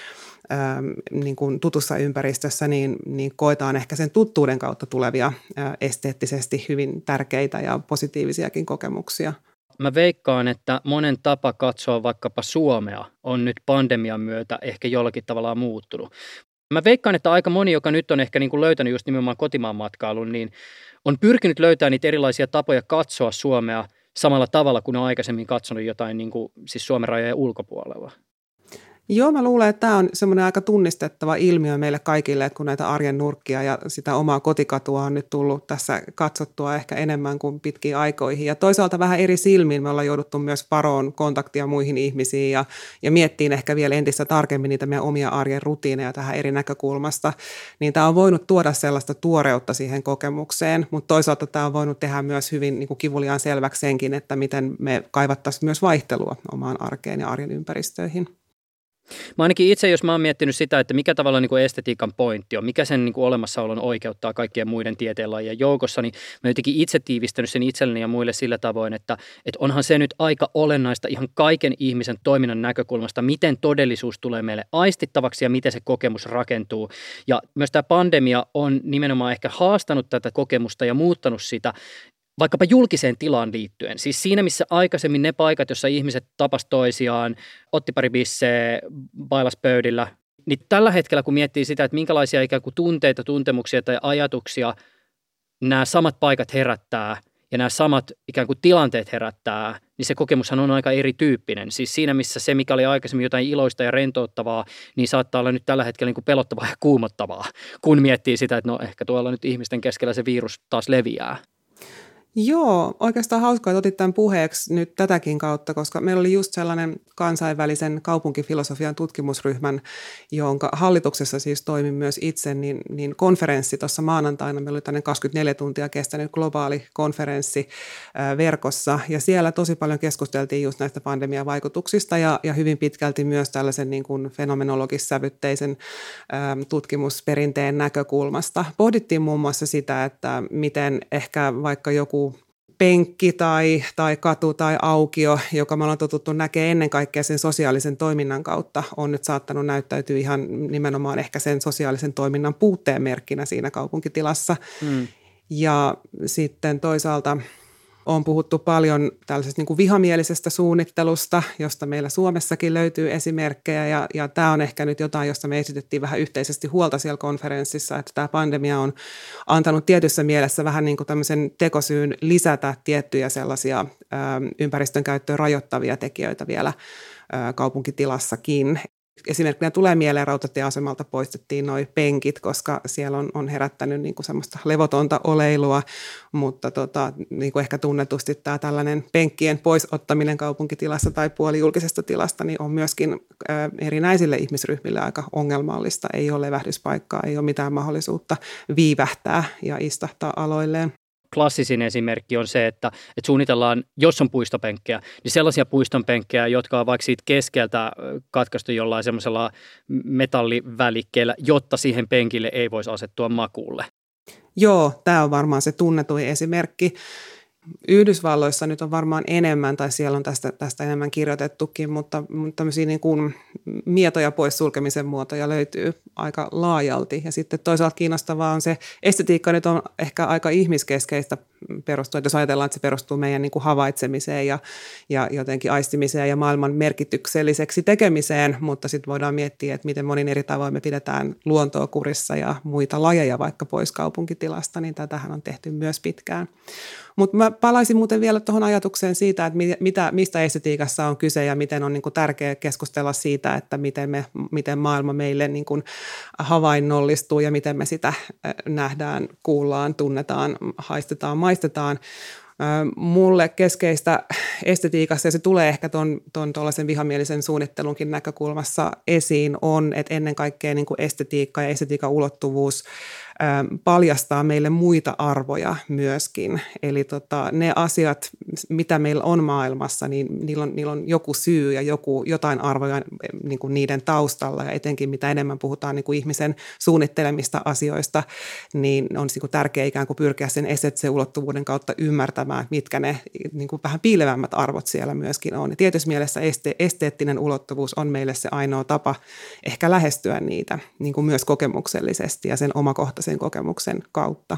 niin kuin tutussa ympäristössä, niin koetaan ehkä sen tuttuuden kautta tulevia esteettisesti hyvin tärkeitä ja positiivisiakin kokemuksia. Mä veikkaan, että monen tapa katsoa vaikkapa Suomea on nyt pandemian myötä ehkä jollakin tavalla muuttunut. Mä veikkaan, että aika moni, joka nyt on ehkä niin kuin löytänyt just nimenomaan kotimaan matkailun, niin on pyrkinyt löytämään niitä erilaisia tapoja katsoa Suomea samalla tavalla kuin on aikaisemmin katsonut jotain niin kuin, siis Suomen rajojen ulkopuolella. Joo, mä luulen, että tämä on semmoinen aika tunnistettava ilmiö meille kaikille, että kun näitä arjen nurkkia ja sitä omaa kotikatua on nyt tullut tässä katsottua ehkä enemmän kuin pitkiin aikoihin. Ja toisaalta vähän eri silmiin me ollaan jouduttu myös varoon kontaktia muihin ihmisiin ja miettiin ehkä vielä entistä tarkemmin niitä meidän omia arjen rutiineja tähän eri näkökulmasta. Niin tämä on voinut tuoda sellaista tuoreutta siihen kokemukseen, mutta toisaalta tämä on voinut tehdä myös hyvin niin kuin kivuliaan selväksi senkin, että miten me kaivattaisiin myös vaihtelua omaan arkeen ja arjen ympäristöihin. Mä ainakin itse, jos mä oon miettinyt sitä, että mikä tavallaan niin kuin estetiikan pointti on, mikä sen niin kuin olemassaolon oikeuttaa kaikkien muiden tieteenlajien joukossa, niin mä jotenkin itse tiivistänyt sen itselleni ja muille sillä tavoin, että onhan se nyt aika olennaista ihan kaiken ihmisen toiminnan näkökulmasta, miten todellisuus tulee meille aistittavaksi ja miten se kokemus rakentuu. Ja myös tämä pandemia on nimenomaan ehkä haastanut tätä kokemusta ja muuttanut sitä, vaikkapa julkiseen tilaan liittyen. Siis siinä, missä aikaisemmin ne paikat, jossa ihmiset tapas toisiaan, otti pari bisseä, bailas pöydillä, niin tällä hetkellä, kun miettii sitä, että minkälaisia ikään kuin tunteita, tuntemuksia tai ajatuksia nämä samat paikat herättää ja nämä samat ikään kuin tilanteet herättää, niin se kokemushan on aika erityyppinen. Siis siinä, missä se, mikä oli aikaisemmin jotain iloista ja rentouttavaa, niin saattaa olla nyt tällä hetkellä niin kuin pelottavaa ja kuumottavaa, kun miettii sitä, että no ehkä tuolla nyt ihmisten keskellä se virus taas leviää. Joo, oikeastaan hauskaa, että otit tämän puheeksi nyt tätäkin kautta, koska meillä oli just sellainen kansainvälisen kaupunkifilosofian tutkimusryhmän, jonka hallituksessa siis toimin myös itse, niin konferenssi tuossa maanantaina. Meillä oli tämmöinen 24 tuntia kestänyt globaali konferenssi verkossa, ja siellä tosi paljon keskusteltiin just näistä pandemiavaikutuksista ja hyvin pitkälti myös tällaisen niin kuin fenomenologis-sävytteisen tutkimusperinteen näkökulmasta. Pohdittiin muun muassa sitä, että miten ehkä vaikka joku penkki tai katu tai aukio, joka me ollaan totuttu näkee ennen kaikkea sen sosiaalisen toiminnan kautta, on nyt saattanut näyttäytyä ihan nimenomaan ehkä sen sosiaalisen toiminnan puutteen merkkinä siinä kaupunkitilassa. Ja sitten toisaalta on puhuttu paljon tällaisesta niin kuin vihamielisestä suunnittelusta, josta meillä Suomessakin löytyy esimerkkejä, ja tämä on ehkä nyt jotain, josta me esitettiin vähän yhteisesti huolta siellä konferenssissa, että tämä pandemia on antanut tietyssä mielessä vähän niin kuin tämmöisen tekosyyn lisätä tiettyjä sellaisia ympäristön käyttöön rajoittavia tekijöitä vielä kaupunkitilassakin. Esimerkkinä tulee mieleen rautatieasemalta poistettiin nuo penkit, koska siellä on herättänyt niin kuin semmoista levotonta oleilua, mutta niin kuin ehkä tunnetusti tämä tällainen penkkien poisottaminen kaupunkitilassa tai puolijulkisesta tilasta niin on myöskin erinäisille ihmisryhmille aika ongelmallista. Ei ole levähdyspaikkaa, ei ole mitään mahdollisuutta viivähtää ja istahtaa aloilleen. Klassisin esimerkki on se, että suunnitellaan, jos on puistopenkkejä, niin sellaisia puistonpenkkejä, jotka on vaikka siitä keskeltä katkaistu jollain semmoisella metallivälikkeellä, jotta siihen penkille ei voisi asettua makuulle. Joo, tämä on varmaan se tunnetuin esimerkki. Yhdysvalloissa nyt on varmaan enemmän, tai siellä on tästä enemmän kirjoitettukin, mutta tämmöisiä niin kuin mietoja poissulkemisen muotoja löytyy aika laajalti. Ja sitten toisaalta kiinnostavaa on se, estetiikka nyt on ehkä aika ihmiskeskeistä perustua, jos ajatellaan, että se perustuu meidän niin kuin havaitsemiseen ja jotenkin aistimiseen ja maailman merkitykselliseksi tekemiseen, mutta sitten voidaan miettiä, että miten monin eri tavoin me pidetään luontoa kurissa ja muita lajeja vaikka pois kaupunkitilasta, niin tätähän on tehty myös pitkään. Mutta mä palaisin muuten vielä tuohon ajatukseen siitä, että mistä estetiikassa on kyse ja miten on niin kuin tärkeää keskustella siitä, että miten maailma meille niin kuin havainnollistuu ja miten me sitä nähdään, kuullaan, tunnetaan, haistetaan, maistetaan. Mulle keskeistä estetiikassa, ja se tulee ehkä tuon tuollaisen vihamielisen suunnittelunkin näkökulmassa esiin, on, että ennen kaikkea niin kuin estetiikka ja estetiikan ulottuvuus paljastaa meille muita arvoja myöskin. Eli ne asiat, mitä meillä on maailmassa, niin niillä on joku syy ja jotain arvoja niin kuin niiden taustalla. Ja etenkin mitä enemmän puhutaan niin kuin ihmisen suunnittelemista asioista, niin on niin kuin tärkeää ikään kuin pyrkiä sen esteettisen ulottuvuuden kautta ymmärtämään, mitkä ne niin kuin vähän piilevämmät arvot siellä myöskin on. Ja tietyssä mielessä esteettinen ulottuvuus on meille se ainoa tapa ehkä lähestyä niitä niin kuin myös kokemuksellisesti ja sen omakohtaisen kokemuksen kautta.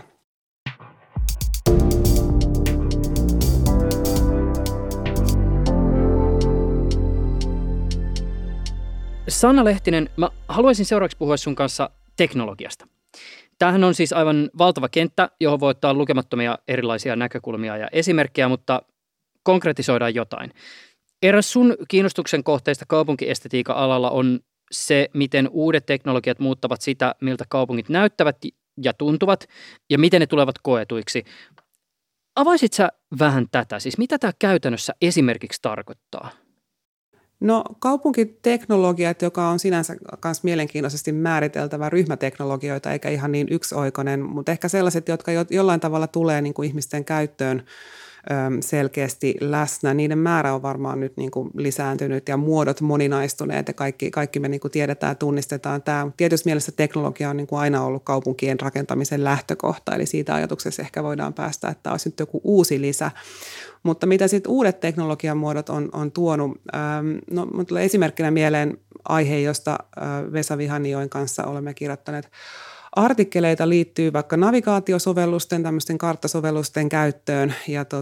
Sanna Lehtinen, mä haluaisin seuraavaksi puhua sun kanssa teknologiasta. Tämähän on siis aivan valtava kenttä, johon voi ottaa lukemattomia erilaisia näkökulmia ja esimerkkejä, mutta konkretisoidaan jotain. Eräs sun kiinnostuksen kohteista kaupunkiestetiikan alalla on se, miten uudet teknologiat muuttavat sitä, miltä kaupungit näyttävät ja tuntuvat, ja miten ne tulevat koetuiksi. Avaisit sä vähän tätä? Siis mitä tämä käytännössä esimerkiksi tarkoittaa? No kaupunkiteknologiat, joka on sinänsä myös mielenkiintoisesti määriteltävä ryhmäteknologioita, eikä ihan niin yksioikoinen, mutta ehkä sellaiset, jotka jollain tavalla tulee niin kuin ihmisten käyttöön selkeästi läsnä. Niiden määrä on varmaan nyt niin kuin lisääntynyt ja muodot moninaistuneet ja kaikki me niin kuin tiedetään, tunnistetaan tämä. Tietysti mielessä teknologia on niin kuin aina ollut kaupunkien rakentamisen lähtökohta, eli siitä ajatuksessa ehkä voidaan päästä, että tämä olisi nyt joku uusi lisä. Mutta mitä sitten uudet teknologian muodot on tuonut? No, mun tulee esimerkkinä mieleen aihe, josta Vesa Vihanioen kanssa olemme kirjoittaneet artikkeleita, liittyy vaikka navigaatiosovellusten, tämmöisten karttasovellusten käyttöön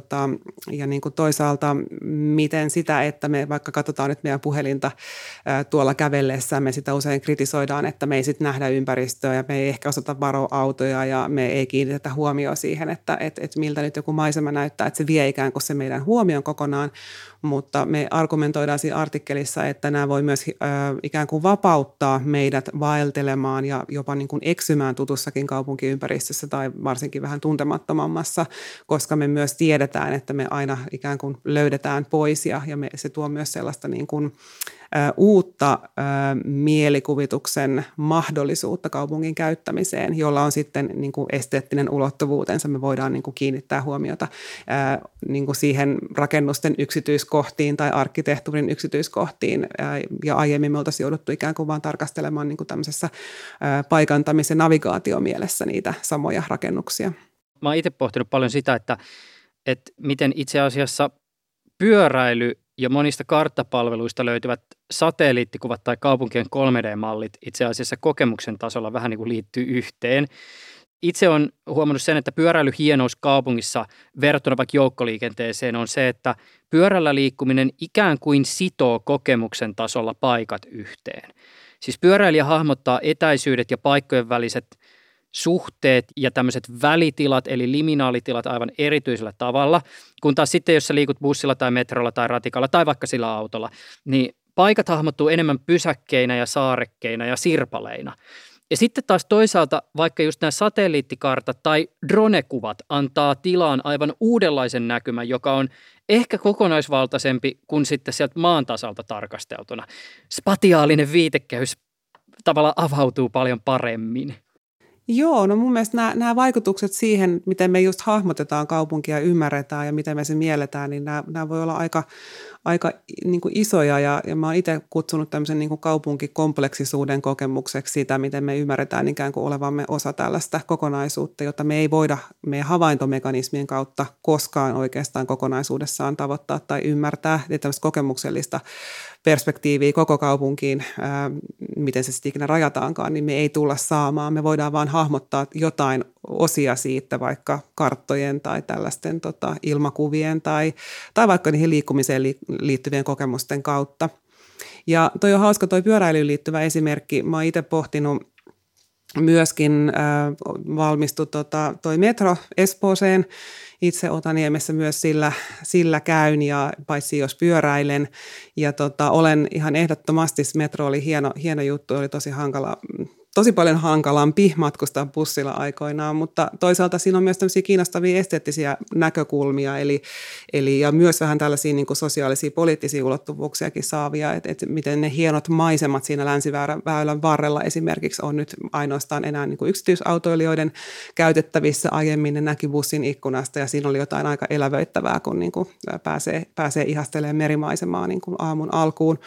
ja niin kuin toisaalta miten sitä, että me vaikka katsotaan nyt meidän puhelinta tuolla kävellessä, me sitä usein kritisoidaan, että me ei sitten nähdä ympäristöä ja me ei ehkä osata varoa autoja ja me ei kiinnitetä huomioon siihen, että miltä nyt joku maisema näyttää, että se vie ikään kuin se meidän huomion kokonaan, mutta me argumentoidaan siinä artikkelissa, että nämä voi myös ikään kuin vapauttaa meidät vaeltelemaan ja jopa niin kuin eksymään tutussakin kaupunkiympäristössä tai varsinkin vähän tuntemattomammassa, koska me myös tiedetään, että me aina ikään kuin löydetään pois ja se tuo myös sellaista niin kuin uutta mielikuvituksen mahdollisuutta kaupungin käyttämiseen, jolla on sitten niin kuin esteettinen ulottuvuutensa. Me voidaan niin kuin kiinnittää huomiota niin kuin siihen rakennusten yksityiskohtiin tai arkkitehtuurin yksityiskohtiin, ja aiemmin me oltaisiin jouduttu ikään kuin vaan tarkastelemaan niin kuin tämmöisessä paikantamis- ja navigaatiomielessä niitä samoja rakennuksia. Mä oon itse pohtinut paljon sitä, että miten itse asiassa pyöräily ja monista karttapalveluista löytyvät satelliittikuvat tai kaupunkien 3D-mallit itse asiassa kokemuksen tasolla vähän niin kuin liittyy yhteen. Itse olen huomannut sen, että pyöräilyhienous kaupungissa verrattuna vaikka joukkoliikenteeseen on se, että pyörällä liikkuminen ikään kuin sitoo kokemuksen tasolla paikat yhteen. Siis pyöräilijä hahmottaa etäisyydet ja paikkojen väliset suhteet ja tämmöiset välitilat eli liminaalitilat aivan erityisellä tavalla, kun taas sitten jos sä liikut bussilla tai metrolla tai ratikalla tai vaikka sillä autolla, niin paikat hahmottuu enemmän pysäkkeinä ja saarekkeina ja sirpaleina. Ja sitten taas toisaalta vaikka just nämä satelliittikartat tai dronekuvat antaa tilaan aivan uudenlaisen näkymän, joka on ehkä kokonaisvaltaisempi kuin sitten sieltä maan tasalta tarkasteltuna. Spatiaalinen viitekehys tavallaan avautuu paljon paremmin. Joo, no mun mielestä nämä vaikutukset siihen, miten me just hahmotetaan kaupunkia, ymmärretään ja miten me se mielletään, niin nämä voi olla aika niin kuin isoja ja mä oon itse kutsunut tämmöisen niin kuin kaupunkikompleksisuuden kokemukseksi sitä, miten me ymmärretään ikään kuin olevamme osa tällaista kokonaisuutta, jota me ei voida meidän havaintomekanismien kautta koskaan oikeastaan kokonaisuudessaan tavoittaa tai ymmärtää, että tämmöistä kokemuksellista perspektiiviä koko kaupunkiin, miten se sitten ikinä rajataankaan, niin me ei tulla saamaan. Me voidaan vaan hahmottaa jotain osia siitä, vaikka karttojen tai tällaisten ilmakuvien tai vaikka niihin liikkumiseen liittyvien kokemusten kautta. Ja toi on hauska toi pyöräilyyn liittyvä esimerkki. Mä oon itse pohtinut myöskin, valmistui toi metro Espooseen. Itse Otaniemessä myös sillä käyn ja paitsi jos pyöräilen ja olen ihan ehdottomasti, metro oli hieno juttu, oli tosi paljon hankalampi matkustaa bussilla aikoinaan, mutta toisaalta siinä on myös tämmöisiä kiinnostavia esteettisiä näkökulmia, eli ja myös vähän tällaisia niin kuin sosiaalisia, poliittisia ulottuvuuksiakin saavia, että miten ne hienot maisemat siinä länsiväylän varrella esimerkiksi on nyt ainoastaan enää niin kuin yksityisautoilijoiden käytettävissä. Aiemmin ne näki bussin ikkunasta ja siinä oli jotain aika elävöittävää, kun niin kuin pääsee ihastelemaan merimaisemaa niin kuin aamun alkuun.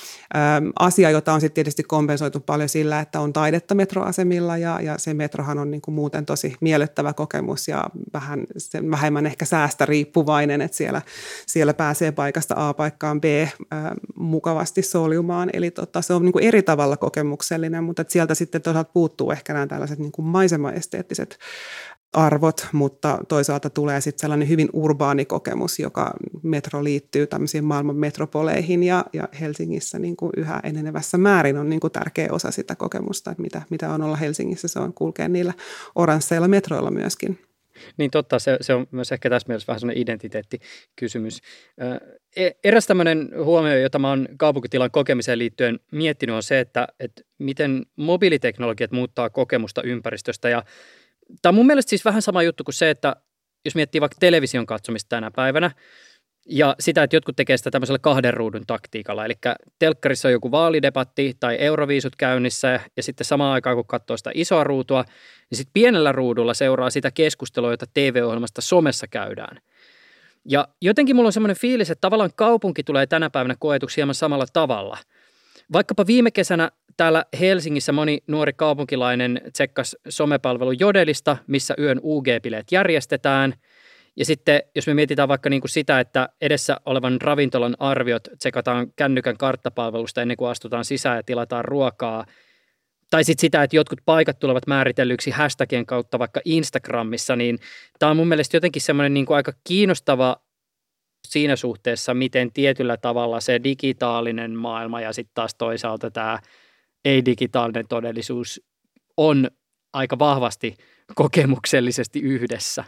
Asia, jota on sitten tietysti kompensoitu paljon sillä, että on taidetta metroasemilla ja se metrohan on niin kuin muuten tosi miellyttävä kokemus ja vähemmän ehkä säästä riippuvainen, että siellä pääsee paikasta A paikkaan B mukavasti soljumaan. Eli se on niin kuin eri tavalla kokemuksellinen, mutta sieltä sitten toisaalta puuttuu ehkä nämä tällaiset niin kuin maisemaesteettiset arvot, mutta toisaalta tulee sitten sellainen hyvin urbaani kokemus, joka metro liittyy tämmöisiin maailman metropoleihin ja Helsingissä niin kuin yhä enenevässä määrin on niin kuin tärkeä osa sitä kokemusta, että mitä on olla Helsingissä, se on kulkea niillä oransseilla metroilla myöskin. Niin totta, se on myös ehkä tässä mielessä vähän sellainen identiteettikysymys. Eräs tämmöinen huomio, jota mä oon kaupunkitilan kokemiseen liittyen miettinyt on se, että miten mobiiliteknologiat muuttaa kokemusta ympäristöstä ja tämä on mun mielestä siis vähän sama juttu kuin se, että jos miettii vaikka television katsomista tänä päivänä ja sitä, että jotkut tekee sitä tämmöisellä 2 ruudun taktiikalla, eli telkkarissa on joku vaalidebatti tai euroviisut käynnissä ja sitten samaan aikaan kun katsoo sitä isoa ruutua, niin sitten pienellä ruudulla seuraa sitä keskustelua, jota TV-ohjelmasta somessa käydään. Ja jotenkin mulla on semmoinen fiilis, että tavallaan kaupunki tulee tänä päivänä koetuksi hieman samalla tavalla. Vaikkapa viime kesänä täällä Helsingissä moni nuori kaupunkilainen tsekkasi somepalvelun Jodelista, missä yön UG-bileet järjestetään. Ja sitten jos me mietitään vaikka niin kuin sitä, että edessä olevan ravintolan arviot tsekataan kännykän karttapalvelusta ennen kuin astutaan sisään ja tilataan ruokaa. Tai sitten sitä, että jotkut paikat tulevat määritellyiksi hashtagien kautta vaikka Instagramissa, niin tämä on mun mielestä jotenkin semmoinen niin kuin aika kiinnostava siinä suhteessa, miten tietyllä tavalla se digitaalinen maailma ja sitten taas toisaalta tämä ei-digitaalinen todellisuus on aika vahvasti kokemuksellisesti yhdessä.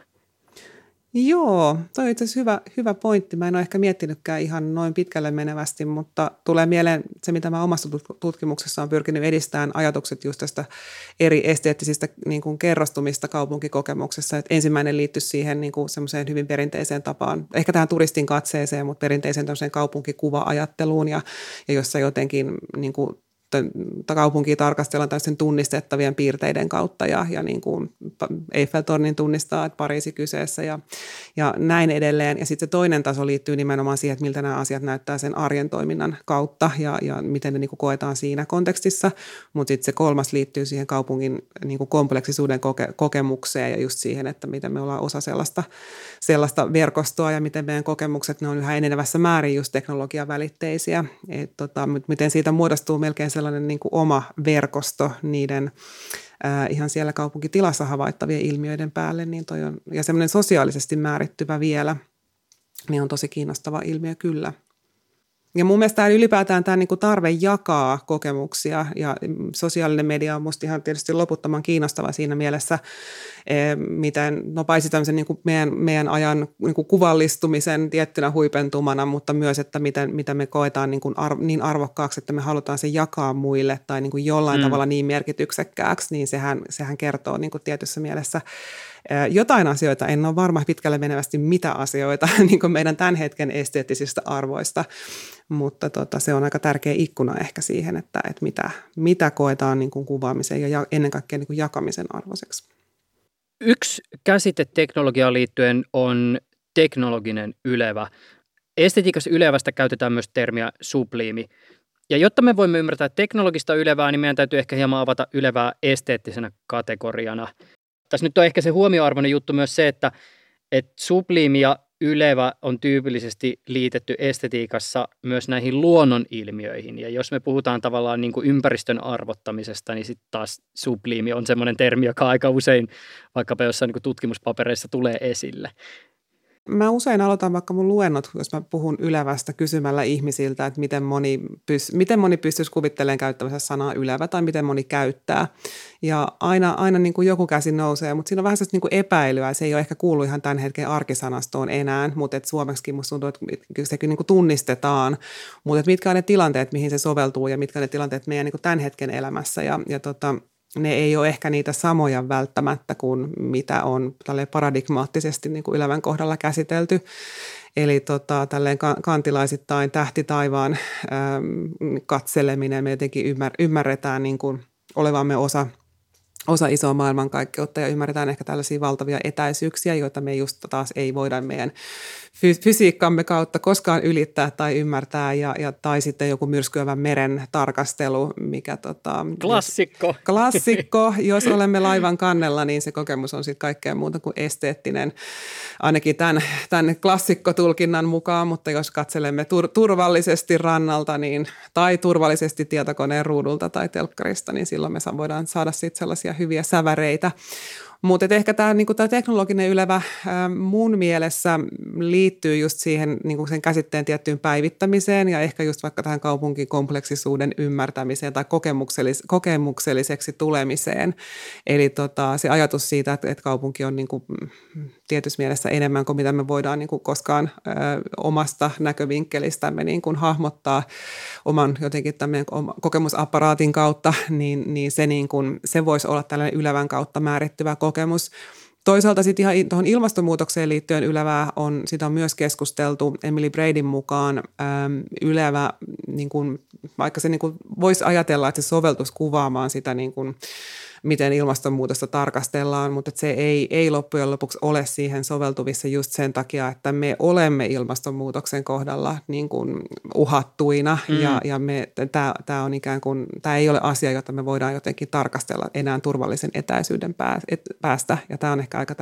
Joo, toi on itse asiassa hyvä pointti. Mä en ole ehkä miettinytkään ihan noin pitkälle menevästi, mutta tulee mieleen se, mitä mä omassa tutkimuksessa olen pyrkinyt edistämään ajatukset just tästä eri esteettisistä niin kuin kerrostumista kaupunkikokemuksessa. Et ensimmäinen liittyy siihen niin kuin semmoiseen hyvin perinteiseen tapaan, ehkä tähän turistin katseeseen, mutta perinteiseen tämmöiseen kaupunkikuva-ajatteluun ja jossa jotenkin niin kuin kaupunkia tarkastellaan täysin tunnistettavien piirteiden kautta ja niin kuin Eiffeltornin tunnistaa, että Pariisi kyseessä ja näin edelleen. Ja sitten se toinen taso liittyy nimenomaan siihen, että miltä nämä asiat näyttää sen arjen toiminnan kautta ja miten ne niin kuin koetaan siinä kontekstissa. Mutta sitten se kolmas liittyy siihen kaupungin niin kuin kompleksisuuden kokemukseen ja just siihen, että miten me ollaan osa sellaista verkostoa ja miten meidän kokemukset, ne on yhä enenevässä määrin just teknologiavälitteisiä. Miten siitä muodostuu melkein sellainen niin kuin oma verkosto niiden ihan siellä kaupunkitilassa havaittavien ilmiöiden päälle, niin toi on, ja semmoinen sosiaalisesti määrittyvä vielä, niin on tosi kiinnostava ilmiö kyllä. Ja mun mielestä ylipäätään tämä niin kuin tarve jakaa kokemuksia ja sosiaalinen media on musta ihan tietysti loputtoman kiinnostava siinä mielessä, miten paitsi tämmöisen niin kuin meidän ajan niin kuin kuvallistumisen tiettynä huipentumana, mutta myös, että mitä me koetaan niin arvokkaaksi, että me halutaan se jakaa muille tai niin kuin jollain tavalla niin merkityksekkääksi, niin sehän kertoo niin kuin tietyssä mielessä jotain asioita, en ole varma pitkälle menevästi mitä asioita niin kuin meidän tämän hetken esteettisistä arvoista, mutta se on aika tärkeä ikkuna ehkä siihen, että mitä koetaan niin kuin kuvaamisen ja ennen kaikkea niin kuin jakamisen arvoiseksi. Yksi käsite teknologiaan liittyen on teknologinen ylevä. Estetiikassa ylevästä käytetään myös termiä subliimi. Ja jotta me voimme ymmärtää teknologista ylevää, niin meidän täytyy ehkä hieman avata ylevää esteettisenä kategoriana. Tässä nyt on ehkä se huomioarvoinen juttu myös se, että subliimi ja ylevä on tyypillisesti liitetty estetiikassa myös näihin luonnonilmiöihin. Ja jos me puhutaan tavallaan niin kuin ympäristön arvottamisesta, niin sitten taas subliimi on semmoinen termi, joka aika usein vaikkapa jossain niin kuin tutkimuspapereissa tulee esille. Mä usein aloitan vaikka mun luennot, jos mä puhun ylevästä kysymällä ihmisiltä, että miten moni pystyisi kuvittelemaan käyttämänsä sanaa ylevä tai miten moni käyttää. Ja aina niin kuin joku käsi nousee, mutta siinä on vähän sellaista niin kuin epäilyä. Se ei ole ehkä kuulu ihan tämän hetken arkisanastoon enää, mutta et suomeksikin musta tuntuu, että se kyllä niin kuin tunnistetaan. Mutta mitkä on ne tilanteet, mihin se soveltuu ja mitkä on ne tilanteet meidän niin kuin tämän hetken elämässä ne ei ole ehkä niitä samoja välttämättä kuin mitä on paradigmaattisesti niin kuin ylevän kohdalla käsitelty. Eli tälleen kantilaisittain tähtitaivaan katseleminen, me jotenkin ymmärretään niin kuin olevamme osa isoa maailmankaikkeutta ja ymmärretään ehkä tällaisia valtavia etäisyyksiä, joita me just taas ei voida meidän fysiikkamme kautta koskaan ylittää tai ymmärtää tai sitten joku myrskyävän meren tarkastelu, mikä Klassikko. Jos olemme laivan kannella, niin se kokemus on sitten kaikkea muuta kuin esteettinen, ainakin tämän klassikkotulkinnan mukaan, mutta jos katselemme turvallisesti rannalta tai turvallisesti tietokoneen ruudulta tai telkkarista, niin silloin me voidaan saada sitten sellaisia hyviä säväreitä. Mutta ehkä tämä teknologinen ylevä mun mielessä liittyy just siihen niinku sen käsitteen tiettyyn päivittämiseen ja ehkä just vaikka tähän kaupunkikompleksisuuden ymmärtämiseen tai kokemukselliseksi tulemiseen. Eli se ajatus siitä, että kaupunki on niinku tietyssä mielessä enemmän kuin mitä me voidaan niinku koskaan omasta näkövinkkelistämme niinku hahmottaa oman jotenkin tämän kokemusapparaatin kautta, niin se voisi olla tällainen ylevän kautta määrittyvä kokemus. Toisaalta sitten ihan tuohon ilmastonmuutokseen liittyen sitä on myös keskusteltu Emily Bradyn mukaan ylevä, niin kun, vaikka se niin kun voisi ajatella, että se soveltuisi kuvaamaan sitä niin kun, miten ilmastonmuutosta tarkastellaan, mutta se ei loppujen lopuksi ole siihen soveltuvissa just sen takia, että me olemme ilmastonmuutoksen kohdalla niin kuin uhattuina ja tämä on ikään kuin, tämä ei ole asia, jota me voidaan jotenkin tarkastella enää turvallisen etäisyyden päästä, ja tämä on ehkä aika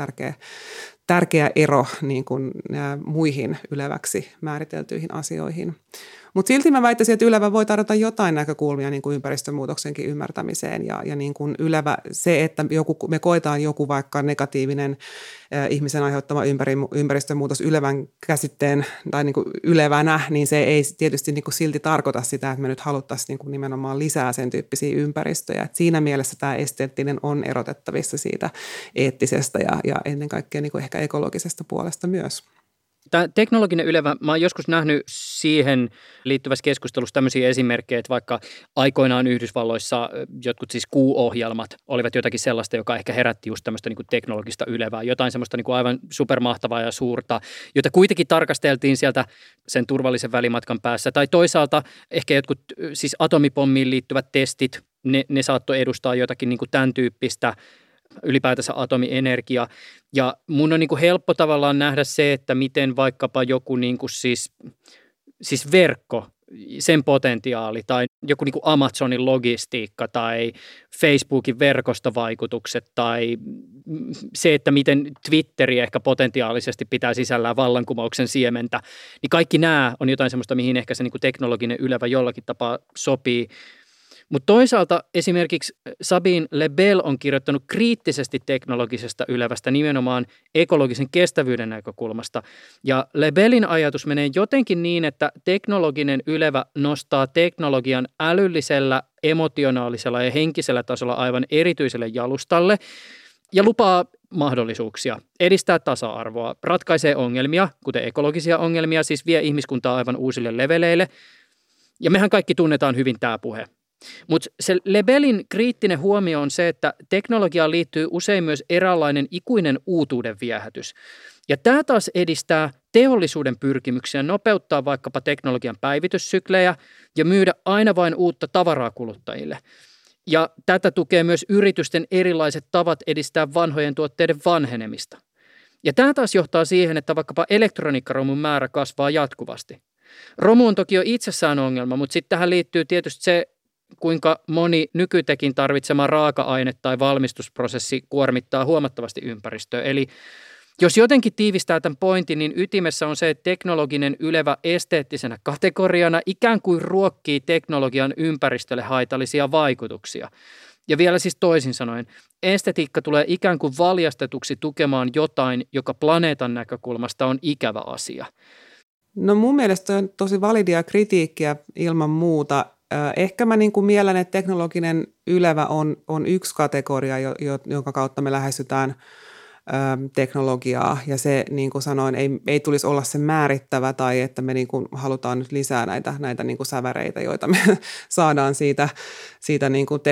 tärkeä ero niin kuin muihin yleväksi määriteltyihin asioihin. Mutta silti mä väittäisin, että ylevä voi tarjota jotain näkökulmia niin kuin ympäristönmuutoksenkin ymmärtämiseen ja niin kuin ylevä se, että me koetaan joku vaikka negatiivinen ihmisen aiheuttama ympäristönmuutos ylevän käsitteen tai niin kuin ylevänä, niin se ei tietysti niin kuin silti tarkoita sitä, että me nyt haluttaisiin niin kuin nimenomaan lisää sen tyyppisiä ympäristöjä. Et siinä mielessä tämä esteettinen on erotettavissa siitä eettisestä ja ennen kaikkea niin kuin ehkä ekologisesta puolesta myös. Tämä teknologinen ylevä, mä oon joskus nähnyt siihen liittyvässä keskustelussa tämmöisiä esimerkkejä, että vaikka aikoinaan Yhdysvalloissa jotkut siis Q-ohjelmat olivat jotakin sellaista, joka ehkä herätti just tämmöistä niin kuin teknologista ylevää, jotain semmoista niin kuin aivan supermahtavaa ja suurta, jota kuitenkin tarkasteltiin sieltä sen turvallisen välimatkan päässä. Tai toisaalta ehkä jotkut siis atomipommiin liittyvät testit, ne saattoi edustaa jotakin niin kuin tämän tyyppistä ylipäätänsä atomienergia. Ja mun on niin kuin helppo tavallaan nähdä se, että miten vaikkapa joku niin kuin siis verkko, sen potentiaali tai joku niin kuin Amazonin logistiikka tai Facebookin verkostovaikutukset tai se, että miten Twitteri ehkä potentiaalisesti pitää sisällään vallankumouksen siementä, niin kaikki nämä on jotain sellaista, mihin ehkä se niin kuin teknologinen ylevä jollakin tapaa sopii. Mutta toisaalta esimerkiksi Sabine Lebel on kirjoittanut kriittisesti teknologisesta ylevästä nimenomaan ekologisen kestävyyden näkökulmasta. Ja Lebelin ajatus menee jotenkin niin, että teknologinen ylevä nostaa teknologian älyllisellä, emotionaalisella ja henkisellä tasolla aivan erityiselle jalustalle ja lupaa mahdollisuuksia, edistää tasa-arvoa, ratkaisee ongelmia, kuten ekologisia ongelmia, siis vie ihmiskuntaa aivan uusille leveleille. Ja mehän kaikki tunnetaan hyvin tämä puhe. Mutta se Lebelin kriittinen huomio on se, että teknologiaan liittyy usein myös eräänlainen ikuinen uutuuden viehätys. Ja tämä taas edistää teollisuuden pyrkimyksiä nopeuttaa vaikkapa teknologian päivityssyklejä ja myydä aina vain uutta tavaraa kuluttajille. Ja tätä tukee myös yritysten erilaiset tavat edistää vanhojen tuotteiden vanhenemista. Ja tämä taas johtaa siihen, että vaikkapa elektroniikkaromun määrä kasvaa jatkuvasti. Romu on toki jo itsessään ongelma, mutta sitten tähän liittyy tietysti se, kuinka moni nykytekin tarvitsema raaka-aine tai valmistusprosessi kuormittaa huomattavasti ympäristöä. Eli jos jotenkin tiivistää tämän pointin, niin ytimessä on se, että teknologinen ylevä esteettisenä kategoriana ikään kuin ruokkii teknologian ympäristölle haitallisia vaikutuksia. Ja vielä siis toisin sanoen, estetiikka tulee ikään kuin valjastetuksi tukemaan jotain, joka planeetan näkökulmasta on ikävä asia. No mun mielestä on tosi validia kritiikkiä ilman muuta. Ehkä mä niin kuin miellän, että teknologinen ylevä on yksi kategoria, jonka kautta me lähestytään teknologiaa. Ja se, niin kuin sanoin, ei tulisi olla se määrittävä tai että me niin kuin halutaan nyt lisää näitä niin kuin säväreitä, joita me saadaan siitä niin kuin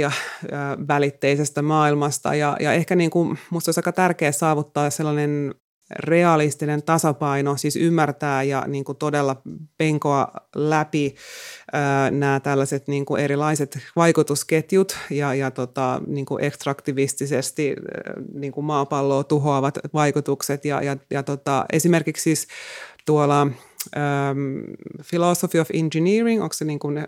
teknologia-välitteisestä maailmasta. Ja ehkä niin kuin musta olisi aika tärkeää saavuttaa sellainen realistinen tasapaino, siis ymmärtää ja niin kuin todella penkoa läpi nämä tällaiset niin kuin erilaiset vaikutusketjut ja niin kuin ekstraktivistisesti niin kuin maapalloa tuhoavat vaikutukset ja esimerkiksi siis tuolla Philosophy of Engineering, onko se niin kuin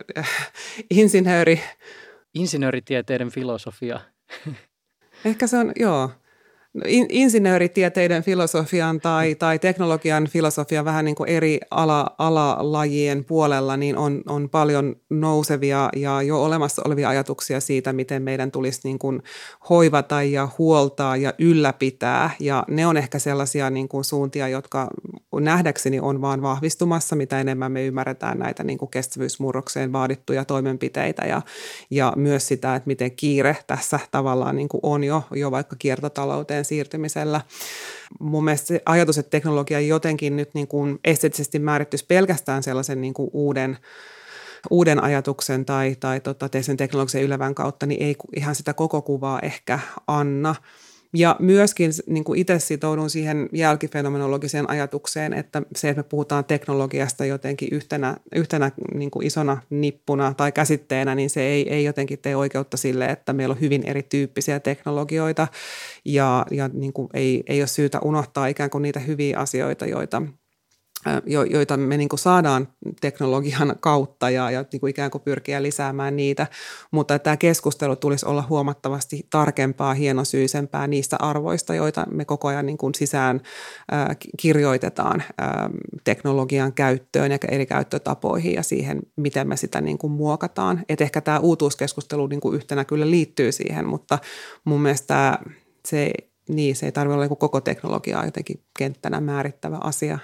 insinööritieteiden filosofia. Ehkä se on, joo. Insinööritieteiden filosofian tai teknologian filosofian vähän niin kuin eri alalajien puolella niin on paljon nousevia ja jo olemassa olevia ajatuksia siitä, miten meidän tulisi niin kuin hoivata ja huoltaa ja ylläpitää. Ja ne on ehkä sellaisia niin kuin suuntia, jotka nähdäkseni on vaan vahvistumassa, mitä enemmän me ymmärretään näitä niin kuin kestävyysmurrokseen vaadittuja toimenpiteitä ja myös sitä, että miten kiire tässä tavallaan niin kuin on jo vaikka kiertotalouteen siirtymisellä. Mun mielestä se ajatus, että teknologia jotenkin nyt niin kuin esteettisesti määrittyisi pelkästään sellaisen niin kuin uuden ajatuksen tai sen teknologisen ylevän kautta, niin ei ihan sitä koko kuvaa ehkä anna. Ja myöskin niin kuin itse sitoudun siihen jälkifenomenologiseen ajatukseen, että se, että me puhutaan teknologiasta jotenkin yhtenä niin kuin isona nippuna tai käsitteenä, niin se ei jotenkin tee oikeutta sille, että meillä on hyvin erityyppisiä teknologioita ja niin kuin ei ole syytä unohtaa ikään kuin niitä hyviä asioita, joita me niin kuin saadaan teknologian kautta ja niin kuin ikään kuin pyrkiä lisäämään niitä, mutta tämä keskustelu tulisi olla huomattavasti tarkempaa, hienosyisempää niistä arvoista, joita me koko ajan niin kuin sisään kirjoitetaan teknologian käyttöön ja eri käyttötapoihin ja siihen, miten me sitä niin kuin muokataan. Et ehkä tämä uutuuskeskustelu niin kuin yhtenä kyllä liittyy siihen, mutta mun mielestä se ei tarvitse olla koko teknologiaa jotenkin kenttänä määrittävä asia.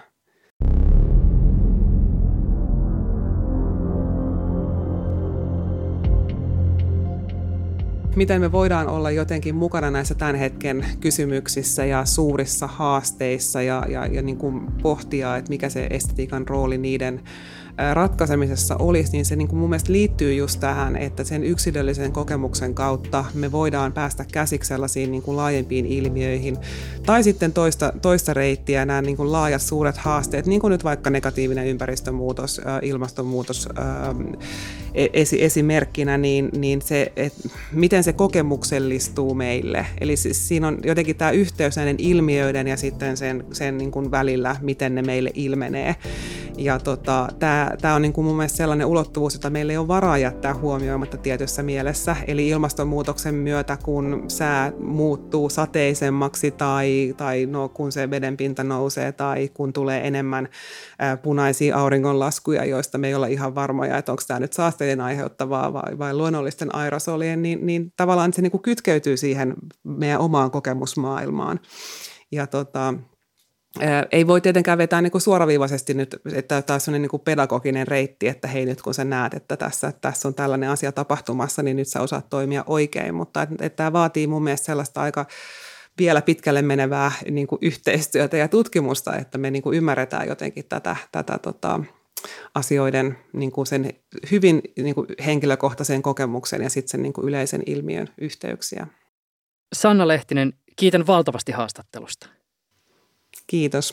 Miten me voidaan olla jotenkin mukana näissä tämän hetken kysymyksissä ja suurissa haasteissa ja niin kuin pohtia, että mikä se estetiikan rooli niiden ratkaisemisessa olisi, niin se niin kuin mun mielestä liittyy just tähän, että sen yksilöllisen kokemuksen kautta me voidaan päästä käsiksi sellaisiin niin kuin laajempiin ilmiöihin. Tai sitten toista reittiä, nämä niin kuin laajat suuret haasteet, niin kuin nyt vaikka negatiivinen ympäristömuutos, ilmastonmuutos esimerkkinä, niin se, että miten se kokemuksellistuu meille. Eli siis siinä on jotenkin tämä yhteys näiden ilmiöiden ja sitten sen niin kuin välillä, miten ne meille ilmenee. Ja tämä on niin kuin mun mielestä sellainen ulottuvuus, jota meillä ei ole varaa jättää huomioimatta tietyssä mielessä. Eli ilmastonmuutoksen myötä, kun sää muuttuu sateisemmaksi tai kun se vedenpinta nousee tai kun tulee enemmän punaisia auringonlaskuja, joista me ei olla ihan varmoja, että onko tämä nyt saasteiden aiheuttavaa vai luonnollisten aerosolien, niin tavallaan se niin kuin kytkeytyy siihen meidän omaan kokemusmaailmaan. Ja ei voi tietenkään vetää niin kuin suoraviivaisesti nyt, että tämä on sellainen niin kuin pedagoginen reitti, että hei nyt kun sä näet, että tässä on tällainen asia tapahtumassa, niin nyt sä osaat toimia oikein, mutta että tämä vaatii mun mielestä sellaista aika vielä pitkälle menevää niin kuin yhteistyötä ja tutkimusta, että me niin kuin ymmärretään jotenkin tätä asioiden niin kuin sen hyvin niin kuin henkilökohtaisen kokemuksen ja sitten sen niin kuin yleisen ilmiön yhteyksiä. Sanna Lehtinen, kiitän valtavasti haastattelusta. Kiitos.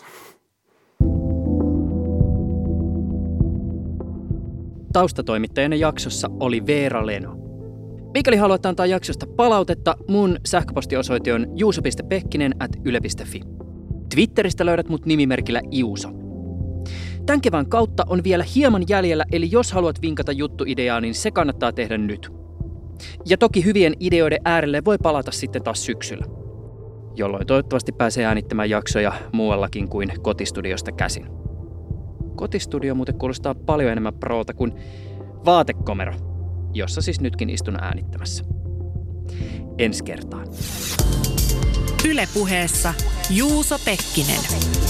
Taustatoimittajana jaksossa oli Veera Leno. Mikäli haluat antaa jaksosta palautetta, mun sähköpostiosoite on juuso.pekkinen@yle.fi. Twitteristä löydät mut nimimerkillä Iuso. Tän kevään kautta on vielä hieman jäljellä, eli jos haluat vinkata juttuideaa, niin se kannattaa tehdä nyt. Ja toki hyvien ideoiden äärelle voi palata sitten taas syksyllä, jolloin toivottavasti pääsee äänittämään jaksoja muuallakin kuin kotistudiosta käsin. Kotistudio muuten kuulostaa paljon enemmän proolta kuin vaatekomero, jossa siis nytkin istun äänittämässä. Ensi kertaan. Yle Puheessa Juuso Pekkinen.